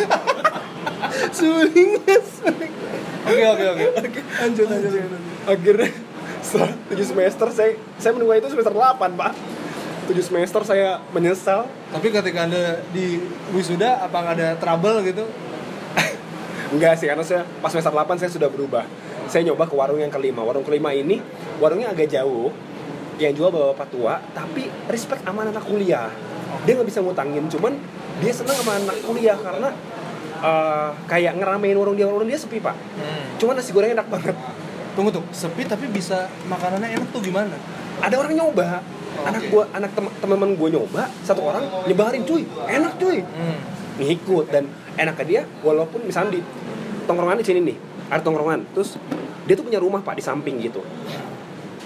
Sulingnya suling. Oke oke oke. Lanjut, lanjut. Akhirnya setelah tujuh semester saya saya menunggu itu semester delapan pak. tujuh semester saya menyesal. Tapi ketika Anda di wisuda, apa nggak ada trouble gitu? Enggak sih, karena saya pas semester delapan saya sudah berubah. Saya nyoba ke warung yang kelima. Warung kelima ini warungnya agak jauh, yang jual bapak tua, tapi respect sama anak kuliah. Dia nggak bisa ngutangin, cuman dia senang sama anak kuliah karena uh, kayak ngeramein warung dia. Warung dia sepi pak, Hmm. cuman nasi gorengnya enak banget. Tunggu tuh, sepi tapi bisa makanannya enak tuh gimana? Ada orang nyoba, Oh, anak okay. gua, anak tem- teman-teman gua nyoba, satu orang nyebarin cuy, enak cuy, Hmm. ngikut dan enak ke dia. Walaupun misalnya di tongkrongan di sini nih, ada tongkrongan, terus dia tuh punya rumah pak di samping gitu.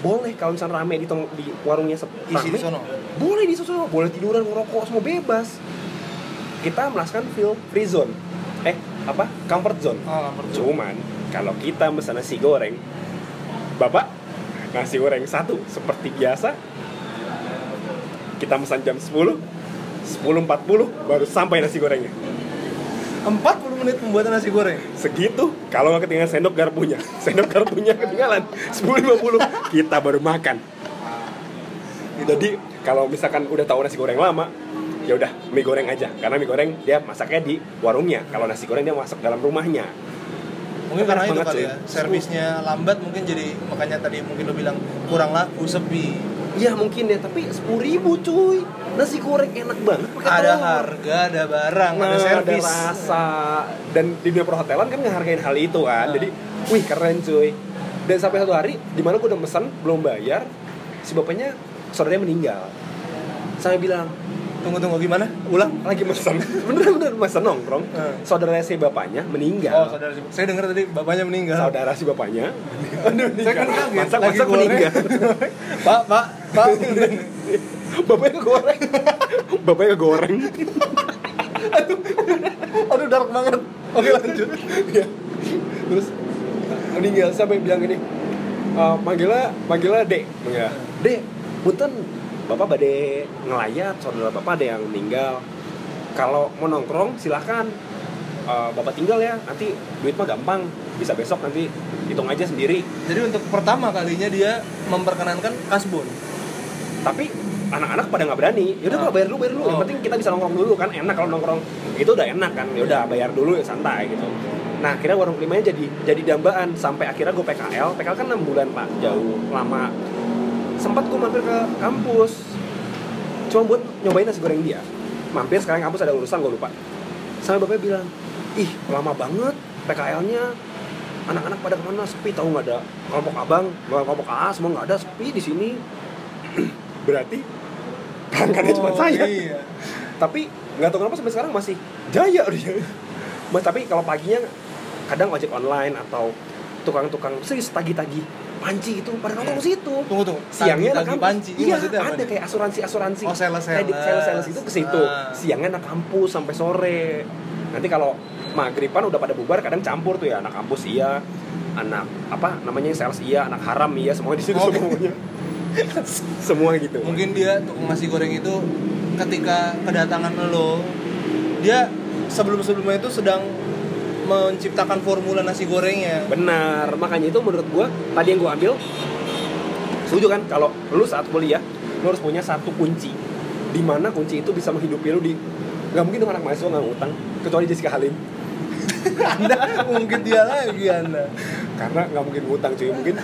boleh kalau misalnya rame di, tong- di warungnya sep- Isi rame, di sono. boleh di sono, boleh tiduran, ngerokok, semua bebas. Kita merasakan feel free zone, eh apa comfort zone. Oh, comfort zone. Cuman kalau kita pesan nasi goreng, bapak nasi goreng satu seperti biasa, kita pesan jam sepuluh, sepuluh empat puluh baru sampai nasi gorengnya. empat puluh menit pembuatan nasi goreng. Segitu, kalau nggak ketinggalan sendok garpunya, sendok garpunya ketinggalan sepuluh lima puluh kita baru makan. Jadi kalau misalkan udah tahu nasi goreng lama, ya udah mie goreng aja, karena mie goreng dia masaknya di warungnya. Kalau nasi goreng dia masak dalam rumahnya. Mungkin karena itu Banget, kali cuy. ya, servisnya lambat mungkin jadi makanya tadi mungkin lo bilang kurang laku, sepi. Iya mungkin ya, tapi sepuluh ribu cuy, nasi goreng enak banget pakai Ada telur. harga, ada barang, Nah, ada servis. ada rasa. Dan di dunia perhotelan kan ngehargain hal itu kan. Nah. Jadi, wih keren cuy. Dan sampai satu hari dimana gue udah pesan belum bayar, si bapaknya saudaranya meninggal. Saya bilang, Tunggu tunggu gimana? Ulang. lagi pesan, bener-bener pesan nongkrong. Hmm. Saudara si bapaknya Oh, meninggal. saudara. Saya dengar tadi bapaknya meninggal. Saudara si bapaknya. Aduh, Saya kan kaget. Masak Lagi masak goreng. meninggal. Pak, Pak, Pak. Bapaknya kegoreng. Bapaknya kegoreng. Aduh, dark banget. Oke, lanjut. Ya. Terus meninggal sampai bilang gini, uh, manggilnya manggilnya Dek, manggilnya Dek, punten bapak bade ngelayat, saudara bapak ada yang meninggal. Kalau mau nongkrong silahkan, uh, bapak tinggal ya, nanti duit mah gampang, bisa besok nanti hitung aja sendiri. Jadi untuk pertama kalinya dia memperkenankan kasbon. Tapi anak-anak pada nggak berani. Yaudah Ah. pak bayar dulu bayar dulu. Yang Oh. penting kita bisa nongkrong dulu kan, enak kalau nongkrong itu udah enak kan. Yaudah bayar dulu ya santai gitu. Nah akhirnya warung kelimanya jadi jadi dambaan sampai akhirnya gue P K L. P K L kan enam bulan pak, jauh lama. Sempat gue mampir ke kampus, cuma buat nyobain nasi goreng dia. Mampir sekarang kampus ada urusan gue lupa. Sampai bapaknya bilang, ih lama banget P K L-nya. Anak-anak pada kemana, sepi tahu nggak ada kelompok abang, kelompok A semua nggak ada, sepi di sini. Berarti pelanggannya cuma saya. Iya. Tapi nggak tahu kenapa sampai sekarang masih jaya dia. Mas tapi kalau paginya kadang ojek online atau tukang-tukang serius tagi-tagi panci itu pada nongkrong situ. Tunggu tunggu. Siangnya anak Tagi-tagi kampus. panci. Ini Iya, maksudnya apa ada nih? kayak asuransi-asuransi. Oh, sales-sales. Kredit sales-sales itu ke situ. Ah. Siangnya anak kampus sampai sore. Nanti kalau maghriban udah pada bubar kadang campur tuh ya, anak kampus iya, anak apa namanya sales iya, anak haram iya, semuanya di situ Oh. semuanya. Semua gitu. Mungkin dia tukang nasi goreng itu ketika kedatangan lo, dia sebelum-sebelumnya itu sedang menciptakan formula nasi gorengnya. Benar, makanya itu menurut gua tadi yang gua ambil setuju kan kalau lu saat kuliah lu harus punya satu kunci di mana kunci itu bisa menghidupi lu di nggak mungkin dong anak mahasiswa nggak ngutang kecuali Jessica Halim Anda mungkin dia lagi Anda. karena nggak mungkin ngutang cuy mungkin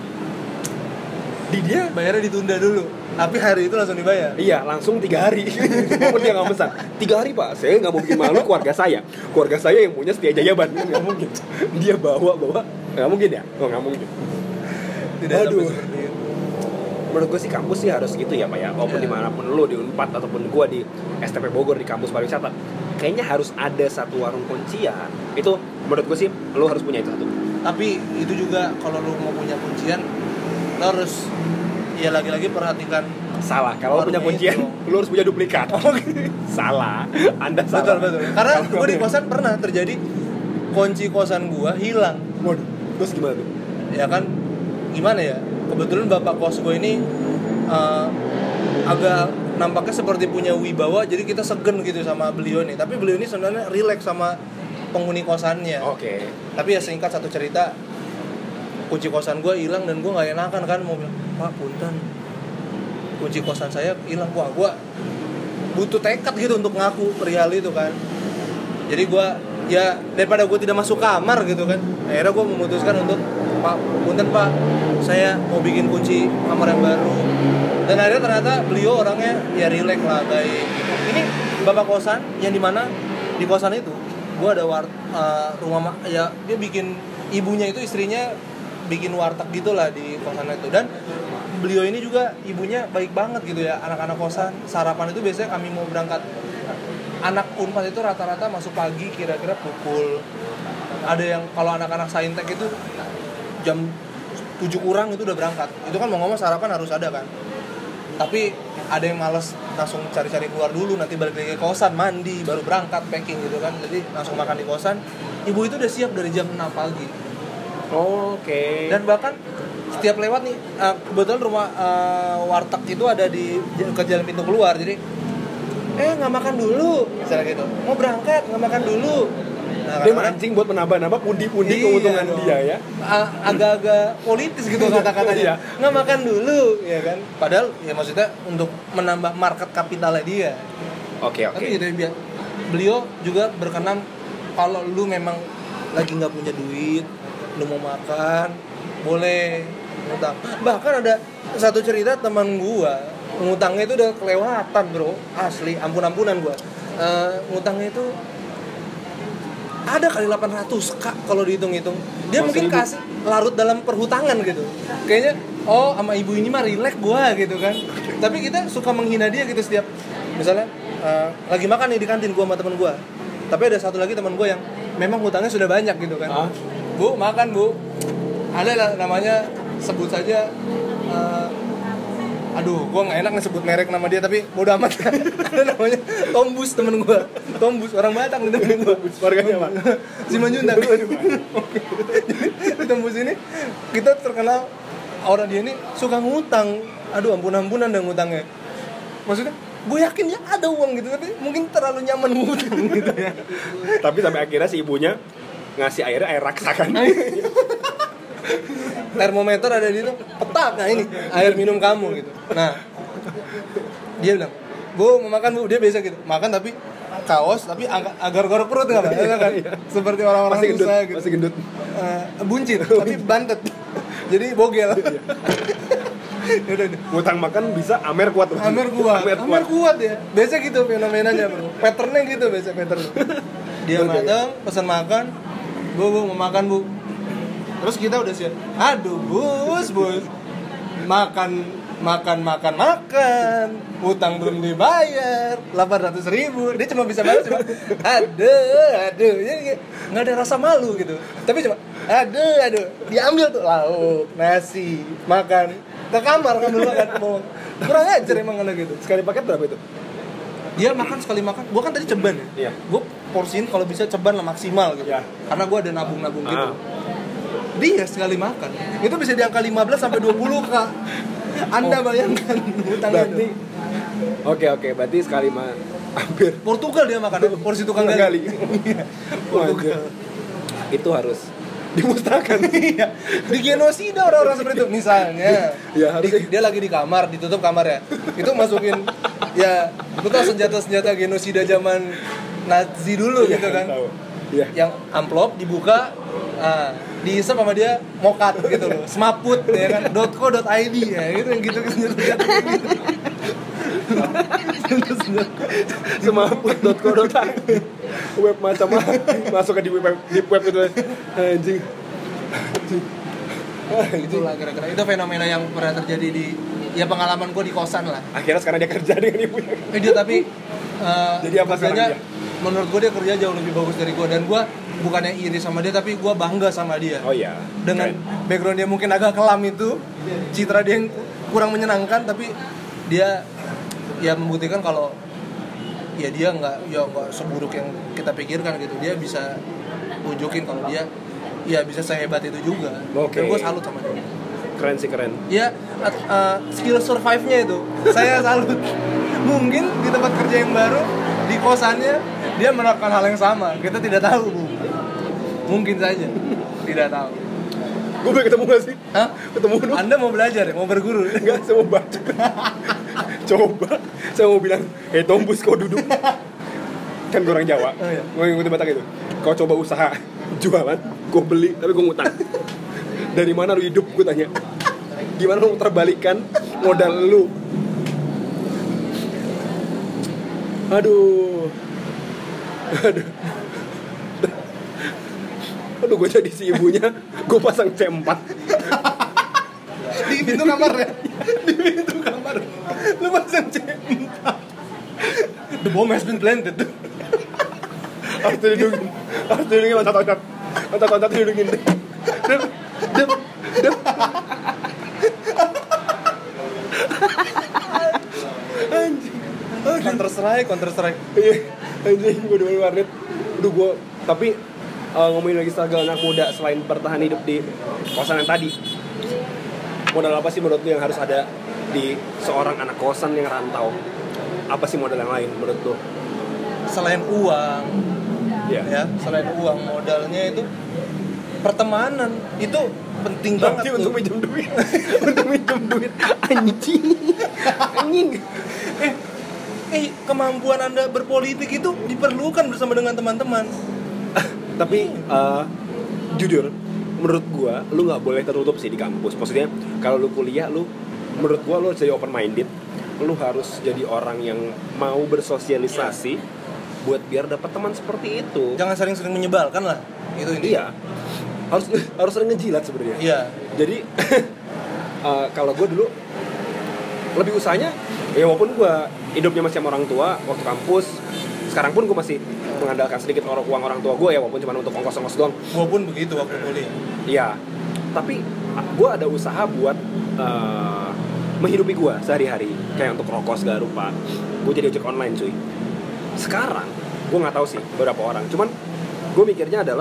di dia Bayarnya ditunda dulu. Tapi hari itu langsung dibayar. iya langsung tiga hari walaupun dia nggak pesan tiga hari pak saya nggak mau bikin malu keluarga saya keluarga saya yang punya Setia Jaya Ban nggak mungkin dia bawa bawa nggak mungkin ya oh nggak mungkin Tidak Aduh. sampai seperti itu. menurut gue sih kampus sih harus gitu ya pak ya walaupun Iya. dimanapun lu di Unpad ataupun gue di S T P Bogor di kampus pariwisata kayaknya harus ada satu warung kuncian itu menurut gue sih lu harus punya itu satu Tapi itu juga kalau lu mau punya kuncian, lo harus ya lagi-lagi perhatikan. salah kalau lu punya Warungnya kuncian itu. lu harus punya duplikat salah anda Betul salah betul. Karena Kalau gue di lu- kosan pernah terjadi kunci kosan gue hilang. waduh terus gimana tuh Ya kan gimana ya? Kebetulan bapak kos gue ini uh, agak nampaknya seperti punya wibawa, jadi kita segen gitu sama beliau nih. Tapi beliau ini sebenarnya relax sama penghuni kosannya. oke Tapi ya singkat satu cerita, kunci kosan gue hilang dan gue nggak enakan kan mau bilang, Pak punten, kunci kosan saya hilang. Wah gue butuh tekad gitu untuk ngaku perihal itu kan. Jadi gue ya daripada gue tidak masuk kamar gitu kan, akhirnya gue memutuskan untuk Pak punten Pak, saya mau bikin kunci kamar yang baru. Dan akhirnya ternyata beliau orangnya ya rileks lah, baik. Ini bapak kosan yang dimana di kosan itu gue ada war, uh, rumah ma- ya dia bikin ibunya itu istrinya bikin warteg gitulah di kosan itu. Dan beliau ini juga ibunya baik banget gitu ya, anak-anak kosan sarapan itu biasanya kami mau berangkat anak Unpad itu rata-rata masuk pagi kira-kira pukul ada yang kalau anak-anak saintek itu jam tujuh kurang itu udah berangkat. Itu kan mau ngomong sarapan harus ada kan. Tapi ada yang males langsung cari-cari keluar dulu, nanti balik lagi ke kosan, mandi, baru berangkat packing gitu kan. Jadi langsung makan di kosan. Ibu itu udah siap dari jam enam pagi. Oh, oke. Okay. Dan bahkan setiap lewat nih, uh, kebetulan rumah uh, warteg itu ada di ke jalan pintu keluar. Jadi eh nggak makan dulu, misalnya gitu. Mau berangkat nggak makan dulu. Nah, dia mancing buat menambah-nambah pundi-pundi iya, keuntungan dong. Dia ya. A- agak-agak politis gitu kata-katanya. Nggak makan dulu, ya kan. Padahal ya maksudnya untuk menambah market kapitalnya dia. Oke, okay, oke. Okay. Tapi gitu ya, beliau juga berkenan kalau lu memang lagi nggak punya duit, lu mau makan, boleh ngutang. Bahkan ada satu cerita teman gua, ngutangnya itu udah kelewatan, bro. Asli, ampun-ampunan gua. Uh, ngutangnya itu ada kali delapan ratus kak kalau dihitung-hitung. Dia Masih mungkin ribu. Kasih larut dalam perhutangan gitu. Kayaknya oh sama ibu ini mah relax gua gitu kan. Tapi kita suka menghina dia gitu setiap misalnya uh, lagi makan nih di kantin gua sama teman gua. Tapi ada satu lagi teman gua yang memang hutangnya sudah banyak gitu kan. Ah? Bu, makan bu. Ada lah namanya sebut saja uh, aduh, gue nggak enak sebut merek nama dia tapi bodo amat. Ada namanya Tombus temen gue, Tombus orang Batak nih temen gue. Warganya apa? Simanjuntak. Di Tombus ini kita terkenal orang dia ini suka ngutang. Aduh ampun-ampunan dan ngutangnya. Maksudnya gue yakin ya ada uang gitu tapi mungkin terlalu nyaman ngutang gitu ya. Tapi sampai akhirnya si ibunya ngasih airnya air raksa kan. Termometer ada di situ, petak, nah ini air minum kamu gitu. Nah, dia bilang, bu mau makan bu, dia biasa gitu, makan tapi kaos tapi agar-agar perut nggak pak, kan? Seperti orang-orang masih gendut, susah gitu. Masih gendut, uh, buncit tapi bantet, jadi bogel. Udah, ngutang makan bisa amer kuat, amer kuat, amer, amer kuat ya. Biasa gitu fenomenanya bro, patternnya gitu biasa pattern. Dia matang, pesan makan, bu bu mau makan bu. Terus kita udah siap, aduh bus bus, makan makan makan makan, utang belum dibayar, delapan ratus ribu, dia cuma bisa balas cuma, aduh aduh, jadi nggak ada rasa malu gitu, tapi cuma, aduh aduh, diambil tuh lauk, nasi, makan, ke kamar kan dulu makan, mau kurang ajar emang ada gitu. Sekali paket berapa itu? Dia makan sekali makan, gua kan tadi ceban ya, iya. Gua porsiin kalau bisa ceban lah maksimal gitu, ya. Karena gua ada nabung-nabung ah. gitu. Dia sekali makan itu bisa di angka lima belas sampai dua puluh kak. Anda oh. bayangkan hutangnya itu. Oke oke, berarti sekali mah hampir Portugal dia makan porsi tukang gali. Portugal. Itu harus dimusnahkan. Iya. Di genosida orang-orang seperti itu. Misalnya ya, di, dia lagi di kamar, ditutup kamarnya. Itu masukin ya, itu tau senjata-senjata genosida zaman Nazi dulu ya, gitu kan. Ya. Yang amplop dibuka, uh, diisap sama dia mokat gitu loh, semaput ya kan, .co.id ya gitu yang gitu gitu. semaput.co.id web macam apa masuk ke di web di web itu anjing. Ah, itulah kira-kira itu fenomena yang pernah terjadi di ya pengalaman gue di kosan lah. Akhirnya sekarang dia kerja dengan ibunya. Eh, dia tapi uh, jadi apa sekarang dia? Menurut gue dia kerja jauh lebih bagus dari gue dan gue bukannya iri sama dia tapi gue bangga sama dia. Oh iya. Dengan okay. background dia mungkin agak kelam itu, citra dia yang kurang menyenangkan tapi dia ya membuktikan kalau ya dia nggak ya nggak seburuk yang kita pikirkan gitu. Dia bisa tunjukin kalau dia ya bisa sehebat itu juga. Okay. Dan gue salut sama dia. Keren sih keren. Ya uh, uh, skill survive-nya itu saya salut. Mungkin di tempat kerja yang baru di kosannya dia menerapkan hal yang sama. Kita tidak tahu bu. Mungkin saja tidak tahu. Gue boleh ketemu gak sih? Hah? Ketemu dulu. Anda mau belajar ya? Mau berguru? Enggak, saya mau baca. Coba. Saya mau bilang, hei Tombus kau duduk. Kan gue orang Jawa. Oh, iya. Gue ngikutin Batak itu. Kau coba usaha jualan, gue beli, tapi gue ngutang. Dari mana lu hidup? Gue tanya. Gimana lu terbalikkan modal lu? Aduh. Aduh. Aduh, gue jadi si ibunya, gue pasang C empat di pintu kamar ya? Di pintu kamar lu pasang C empat. The bomb has been planted. Harus dilindungin, harus dilindungin loncat-loncat loncat-loncat dilindungin. Dia, dia, Anjing. Counter Strike, Counter Strike. Iya, anjing gue di warnet. Aduh gue, tapi uh, ngomongin lagi struggle anak muda selain bertahan hidup di kosan yang tadi. Modal apa sih menurut lu yang harus ada di seorang anak kosan yang rantau? Apa sih modal yang lain menurut lu? Selain uang, Iya. ya, selain uang modalnya itu pertemanan itu penting Berarti banget untuk tuh. minjem duit. Untuk minjem duit. Anjing. Anjing. Eh, eh kemampuan Anda berpolitik itu diperlukan bersama dengan teman-teman. Tapi uh, jujur, menurut gua lu nggak boleh tertutup sih di kampus. Maksudnya kalau lu kuliah, lu menurut gua lu harus jadi open minded. Lu harus jadi orang yang mau bersosialisasi buat biar dapat teman seperti itu. Jangan sering-sering menyebalkan lah. Itu ini. Iya. Harus harus sering ngejilat sebenarnya. Iya. Jadi uh, kalau gua dulu lebih usahanya ya walaupun gua hidupnya masih sama orang tua waktu kampus, sekarang pun gua masih mengandalkan sedikit uang orang tua gue ya walaupun cuma untuk ongkos-ongkos doang. Gua pun begitu waktu kuliah. Iya. Tapi gue ada usaha buat uh, menghidupi gue sehari-hari kayak untuk rokok segala rupa. Gue jadi ojek online cuy. Sekarang gue nggak tahu sih beberapa orang. Cuman gue mikirnya adalah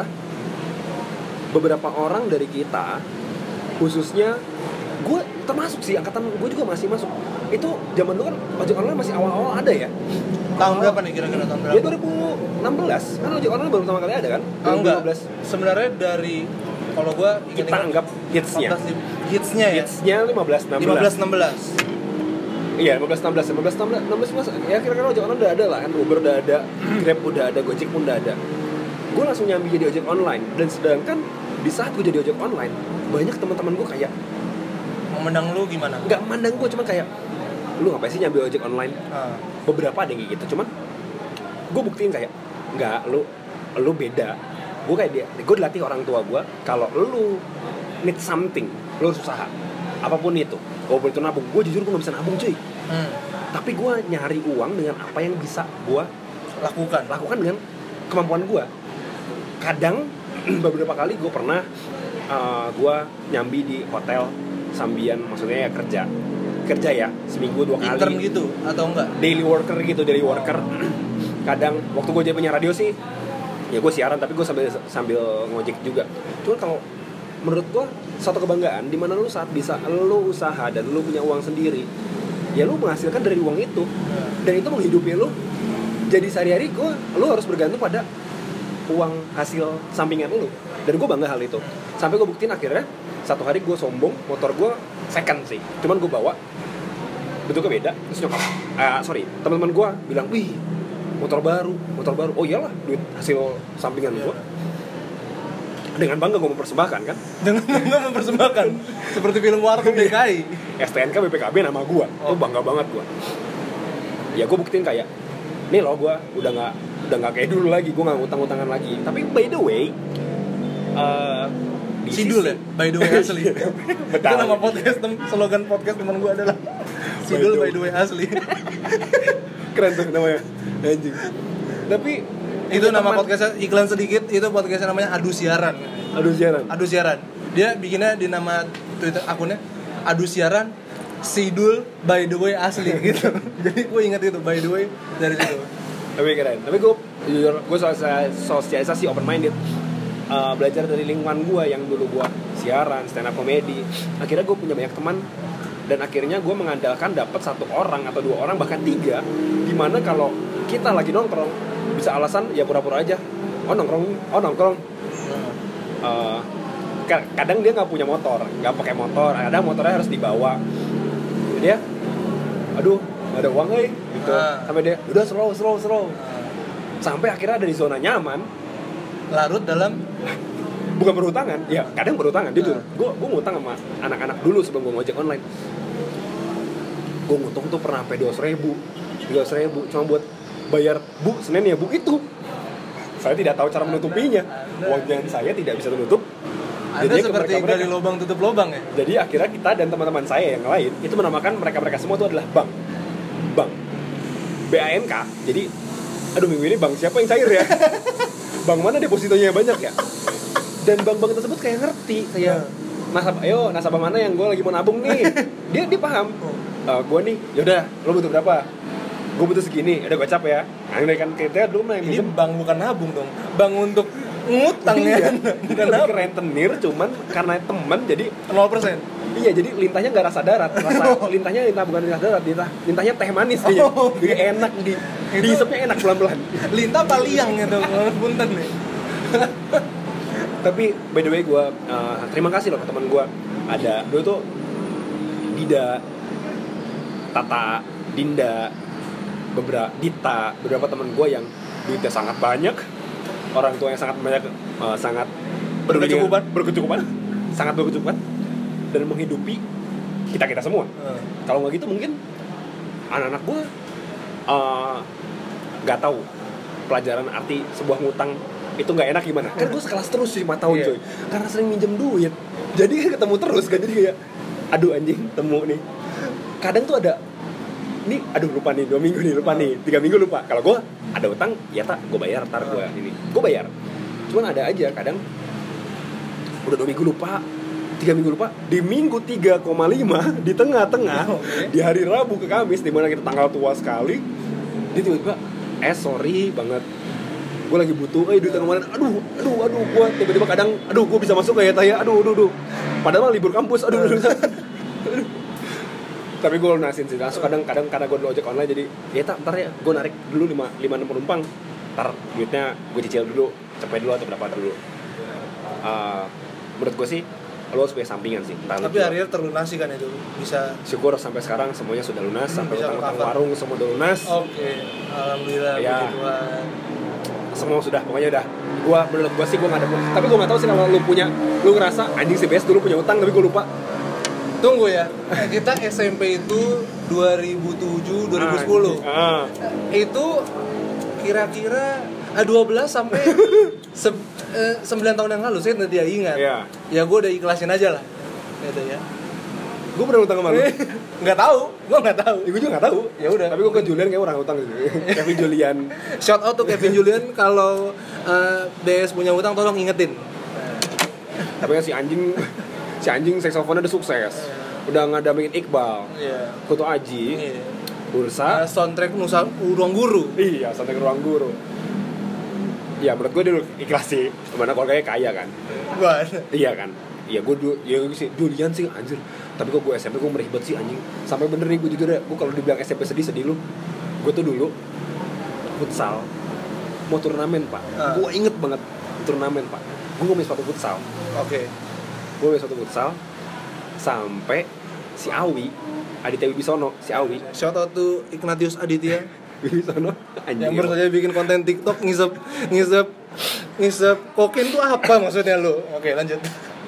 beberapa orang dari kita, khususnya gue termasuk sih angkatan gue juga masih masuk. Itu zaman dulu kan ojek online masih awal-awal ada ya. Tahun berapa nih kira-kira tahun berapa? Ya dua ribu enam belas kan ojek online baru pertama kali ada kan? Ah, enggak. dua ribu lima belas. Sebenarnya dari kalau gua Kita anggap hitsnya. hitsnya ya. Hitsnya lima belas enam belas. lima belas enam belas. Iya, lima belas enam belas, lima belas enam belas, enam belas ya kira-kira ojek online udah ada lah kan, Uber udah ada, Grab udah ada, Gojek pun udah ada. Gue langsung nyambi jadi ojek online dan sedangkan di saat gue jadi ojek online, banyak teman-teman gue kayak Memandang lu gimana? nggak mandang gue, cuma kayak lu ngapain sih nyambi ojek online? Ah. Beberapa ada yang kayak gitu, cuman gue buktiin kayak nggak, lu lu beda. Gue kayak dia, gue dilatih orang tua gue kalau lu need something, lu harus usaha apapun itu. Walaupun itu nabung, gue jujur gue nggak bisa nabung cuy. Hmm. Tapi gue nyari uang dengan apa yang bisa gue Lakukan. lakukan dengan kemampuan gue. Kadang beberapa kali gue pernah uh, gue nyambi di hotel sambian, maksudnya ya kerja kerja ya seminggu dua kali. Intern gitu atau enggak? Daily worker gitu, daily worker. Kadang waktu gue jadi penyiar radio sih, ya gue siaran tapi gue sambil sambil ngojek juga. Cuma kalau menurut gue suatu kebanggaan di mana lu saat bisa lu usaha dan lu punya uang sendiri, ya lu menghasilkan dari uang itu dan itu menghidupi lu. Jadi sehari-hari gue lu harus bergantung pada uang hasil sampingan lu, dan gue bangga hal itu. Sampai gue buktiin akhirnya satu hari gue sombong, motor gue second sih, cuman gue bawa bentuknya beda. Terus nyokap, uh, sorry teman-teman gue bilang, wih motor baru, motor baru. Oh iyalah, duit hasil sampingan gue. Dengan bangga gue mempersembahkan kan. Dengan bangga mempersembahkan. Seperti film Warkop D K I. S T N K B P K B nama gue. Oh bangga banget gue. Ya gue buktiin kayak, nih loh gue udah nggak udah nggak kayak dulu lagi, gue nggak ngutang-ngutangan lagi. Tapi by the way, uh, Sidul ya, by the way asli. Itu nama podcast, slogan podcast teman gue adalah Sidul by the way asli. Keren tuh namanya, anjing. Tapi itu nama podcastnya, iklan sedikit, itu podcastnya namanya Adu Siaran. Adu Siaran. Adu Siaran. Dia bikinnya di nama Twitter akunnya Adu Siaran Sidul by the way asli gitu. Jadi gue ingat itu by the way dari situ. Tapi keren. Tapi gue jujur gue sosialisasi open minded. Uh, belajar dari lingkungan gue yang dulu gue siaran, stand up comedy. Akhirnya gue punya banyak teman dan akhirnya gue mengandalkan dapat satu orang atau dua orang bahkan tiga. Dimana kalau kita lagi nongkrong bisa alasan ya pura-pura aja. Oh nongkrong, oh nongkrong. Uh, kadang dia nggak punya motor, nggak pakai motor. Kadang motornya harus dibawa. Dia, aduh, nggak ada uang eh, gitu. Sampai dia, udah slow, slow, slow. Sampai akhirnya ada di zona nyaman. Larut dalam bukan berhutangan, ya kadang berhutangan, jujur. Gue gue ngutang sama anak-anak dulu sebelum gue ngojek online. Gue ngutang tuh pernah sampai dua ratus ribu, dua ratus ribu cuma buat bayar bu Senin ya bu itu. Saya tidak tahu cara menutupinya. Uang jajan saya tidak bisa menutup. Ada seperti gali lubang tutup lubang ya. Jadi akhirnya kita dan teman-teman saya yang lain itu menamakan mereka-mereka semua itu adalah bank, bank, B A N K. Jadi, aduh minggu ini bank siapa yang cair ya? Bank mana depositonya banyak ya? Dan bank-bank tersebut kayak ngerti, kayak nasabah, ayo nasabah mana yang gue lagi mau nabung nih. Dia dia paham. Uh, gue nih, yaudah, lo butuh berapa? Gue butuh segini, udah gocap ya. Nah, ini kan kita dulu main Ini bank bukan nabung dong. Bank untuk ngutang ya. Bukan nabung. Rentenir cuman karena teman jadi nol persen. Iya, jadi lintahnya nggak rasa darat, rasa lintahnya lintah bukan lintah darat, lintah lintahnya teh manis dia. Oh, jadi enak di dihisapnya enak pelan-pelan. Lintah paliang gitu, punten nih. Tapi by the way gue uh, terima kasih loh ke teman gue. Ada dulu tuh Dida, Tata, Dinda, beberapa Dita, beberapa teman gue yang duitnya sangat banyak, orang tua yang sangat banyak, uh, sangat berkecukupan, berkecukupan, sangat berkecukupan dan menghidupi kita kita semua. Hmm. Kalau nggak gitu mungkin anak-anak gue nggak uh, tahu pelajaran arti sebuah ngutang itu nggak enak gimana. Kan gue sekelas terus sih lima tahun yeah. coy, karena sering minjem duit. Jadi kan ketemu terus kan, jadi kayak aduh anjing temu nih. Kadang tuh ada nih, aduh lupa nih, dua minggu nih lupa nih, tiga minggu lupa. Kalau gue ada utang, ya tak, gue bayar, tar gue ini, gue bayar. Cuman ada aja kadang udah dua minggu lupa, tiga minggu lupa, di minggu tiga koma lima di tengah-tengah, okay. di hari Rabu ke Kamis, di mana kita tanggal tua sekali, dia tiba-tiba, eh sorry banget, gue lagi butuh, eh duit kemarin, aduh, aduh, aduh, gue tiba-tiba kadang, aduh, gue bisa masuk gak ya Taya, aduh, aduh, aduh, padahal libur kampus, aduh, aduh, aduh. Tapi gue lunasin sih, langsung kadang-kadang karena gue dulu ojek online jadi, ya tak, ntar ya, gue narik dulu lima, lima enam penumpang, ntar duitnya gue cicil dulu, cepet dulu atau berapa dulu. Uh, menurut gue sih, lo harus punya sampingan sih. Tapi akhirnya terlunasi kan itu, bisa. Syukur sampai sekarang semuanya sudah lunas, hmm, sampai utang-utang warung semua udah lunas. Oke, okay. Alhamdulillah. Ya. Tuhan. Semua sudah, pokoknya udah. Gua menurut gua sih gua nggak ada, tapi gua nggak tahu sih kalau lu punya, lu ngerasa anjing C B S dulu punya utang tapi gua lupa. Tunggu ya, kita S M P itu dua ribu tujuh dua ribu sepuluh. Ah, ah. Itu kira-kira dua belas sampai se- eh, sembilan tahun yang lalu, saya tidak ingat. Yeah. Ya gue udah ikhlasin aja lah. Gitu ya. Gue pernah utang sama lu? Nggak tahu, gue nggak tahu. Ya, gue juga nggak taau. Ya udah. Tapi gue ke Julian kayak orang utang gitu. Kevin Julian. Shout out tuh Kevin Julian, kalau uh, B S punya utang tolong ingetin. Tapi kan si anjing, si anjing saksofonnya udah sukses. Yeah. Udah ngadamin Iqbal, yeah. Kutu Aji, yeah. Bursa, uh, soundtrack Nusa Ruang Guru. Iya, soundtrack Ruang Guru. Ya menurut gue dulu ikhlas sih, dimana keluarganya kaya kan. Bukan. Iya kan. Iya gue dulu, ya gue sih Julian sih anjir. Tapi kok gue S M P gue meribet sih anjing. Sampai bener nih gue jujur ya, gue kalau dibilang S M P sedih sedih lu. Gue tuh dulu futsal mau turnamen pak. Uh. Gue inget banget turnamen pak. Gue nggak punya sepatu futsal. Oke. Okay. Gue punya sepatu futsal sampai si Awi, Aditya Wibisono, si Awi. Shout out to Ignatius Aditya. Wibisono yang baru saja bikin konten TikTok ngisep ngisep ngisep kokain tuh apa maksudnya lu? Oke lanjut.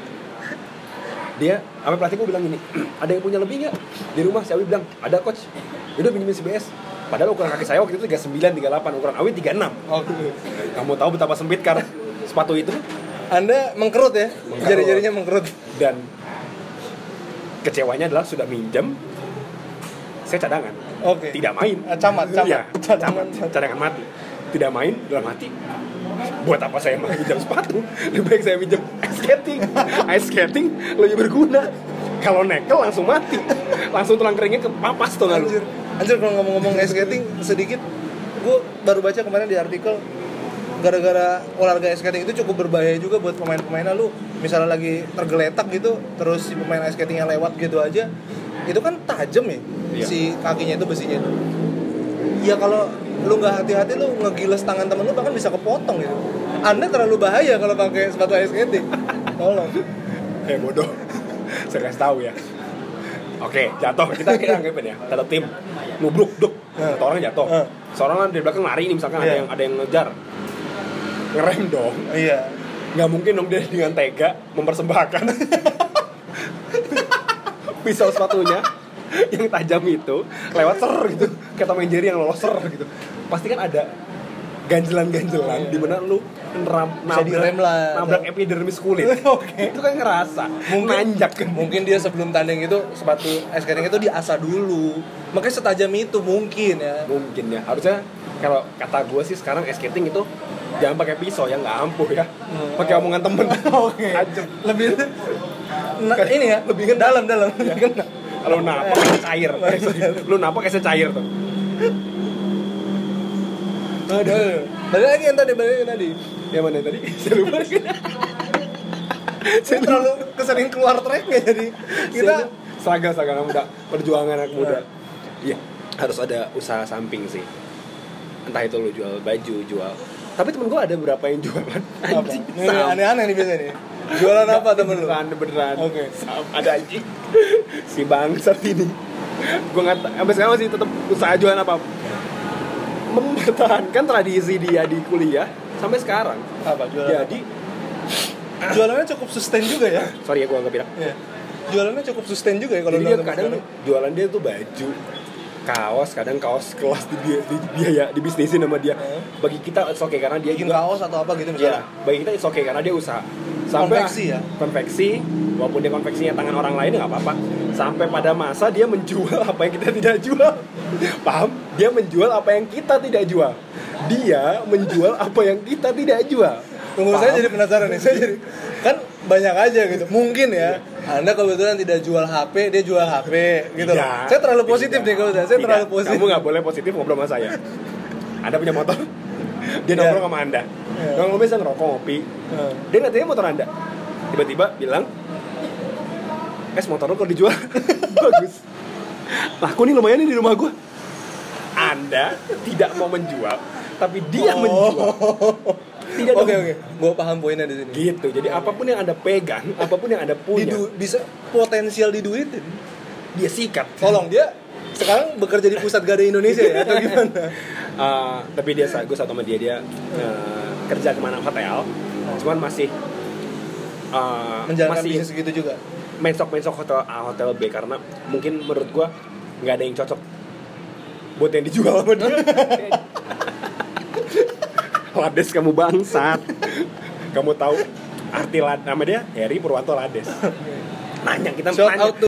Dia, sampai pelatih gue bilang gini, ada yang punya lebih nggak di rumah? Si Awi bilang ada coach. Udah pinjemin C B S. Padahal ukuran kaki saya waktu itu tiga puluh sembilan, tiga puluh delapan, ukuran Awi tiga puluh enam. Oke. Kamu tahu betapa sempit kan sepatu itu? Anda mengkerut ya, mengkerut. Jari-jarinya mengkerut. Dan kecewanya adalah sudah minjem, saya cadangan. Oke. Tidak main. Camat, camat. Ya, camat, cadangan mati. Tidak main, dalam mati. Buat apa saya mau minjem sepatu? Lebih baik saya minjem ice skating. Ice skating lebih berguna. Kalau nekel langsung mati. Langsung tulang keringnya ke papas tuh nggak lu? Anjir, anjir kalau ngomong-ngomong ice skating sedikit, gue baru baca kemarin di artikel, gara-gara olahraga ice skating itu cukup berbahaya juga buat pemain-pemainnya. Lu misalnya lagi tergeletak gitu, terus si pemain ice skatingnya lewat gitu aja, itu kan tajam ya, iya. Si kakinya itu besinya itu. Ya kalau lu nggak hati-hati lu ngegiles tangan temen lu bahkan bisa kepotong gitu. Anda terlalu bahaya kalau pakai sepatu ice skating. Tolong. Eh bodoh. Saya kasih tahu ya. Oke, jatuh. Kita kita anggapin ya. Satu tim nubruk, duk. Satu orang jatuh. Seorang di belakang lari nih misalkan, yeah. ada yang ada yang ngejar. Ngerem dong. Iya. Nggak mungkin dong dia dengan tega mempersembahkan pisau sepatunya yang tajam itu lewat ser gitu, kayak Tom and Jerry yang lolos ser gitu. Pasti kan ada ganjelan-ganjelan yeah. di mana lu neram, nabrak, nabrak epidermis kulit. Okay. Itu kan ngerasa mungkin, nanjak kan. Mungkin dia sebelum tanding itu sepatu ice skating itu diasah dulu. Makanya setajam itu mungkin ya. Mungkin ya. Harusnya kalau kata gue sih sekarang ice skating itu jangan pakai pisau yang nggak ampuh ya. Hmm. Pakai omongan temen. Oke. Okay. Lebih Nah, ini ya lebih kan dalam dalam. Kalau napak kayak cair. Lu napak kayak cair tuh. Aduh. Balik lagi yang tadi, balik lagi yang tadi. Yang mana tadi? Saya lupa. Saya terlalu kesering keluar tracknya jadi kita saga-saga anak muda, perjuangan anak muda. Iya, harus ada usaha samping sih. Entah itu lu jual baju, jual. Tapi temen gue ada beberapa yang jualan. Anjing. Ini aneh-aneh nih biasanya nih. Jualan apa temen lu? Beneran, beneran. Oke. Ada anjing. Si bangsat ini. Gue nggak tahu. Sampai sekarang masih tetap usaha jualan apa? Mempertahankan tradisi dia di kuliah sampai sekarang. Apa jualan? Jadi apa? Jualannya cukup sustain juga ya. Sorry ya gue nggak bilang. Iya. Jualannya cukup sustain juga ya kalau Jadi dia kadang jualan dia tuh baju, kaos, kadang kaos kelas di biaya, di biaya dibisnisin sama dia. Hmm. Bagi kita it's okay karena dia bikin juga kaos atau apa gitu ya, misalnya. bagi kita it's okay karena dia usaha. Sampai Konveksi ya. Konveksi, walaupun dia konveksinya tangan orang lain nggak apa-apa. Sampai pada masa dia menjual apa yang kita tidak jual. Paham? Dia menjual apa yang kita tidak jual. Dia menjual apa yang kita tidak jual. Tunggu, Paham? saya jadi penasaran nih. Saya jadi kan banyak aja gitu. Mungkin ya. Anda kebetulan tidak jual H P, dia jual H P gitu loh. Tidak, Saya terlalu positif tidak, nih kalau saya. Saya tidak. terlalu positif. Kamu nggak boleh positif ngobrol sama saya. Anda punya motor, dia Ya. nongkrong sama Anda. Ya. Nongkrong biasa ngerokok, ngopi. Hmm. Dia nggak tahu motor Anda. Tiba-tiba bilang, "Es motor lo kalau dijual bagus. Laku nih lumayan nih di rumah gue." Anda tidak mau menjual, tapi dia Oh. menjual. Tidak Oke dong. oke, gue paham poinnya di sini. Gitu. Jadi apapun yang Anda pegang, apapun yang Anda punya, Didu- bisa potensial diduitin. dia sikat. Tolong dia sekarang bekerja di pusat Gadai Indonesia ya atau gimana? Uh, tapi dia gue satu sama dia dia uh, kerja kemana hotel, cuman masih uh, Menjalankan masih bisnis gitu juga. mensok-mensok hotel A hotel B karena mungkin menurut gue nggak ada yang cocok buat yang dijual sama dia. Lades kamu bangsat. Kamu tahu arti lad nama dia Heri Purwanto Lades. Nanya kita Shout nanya. out to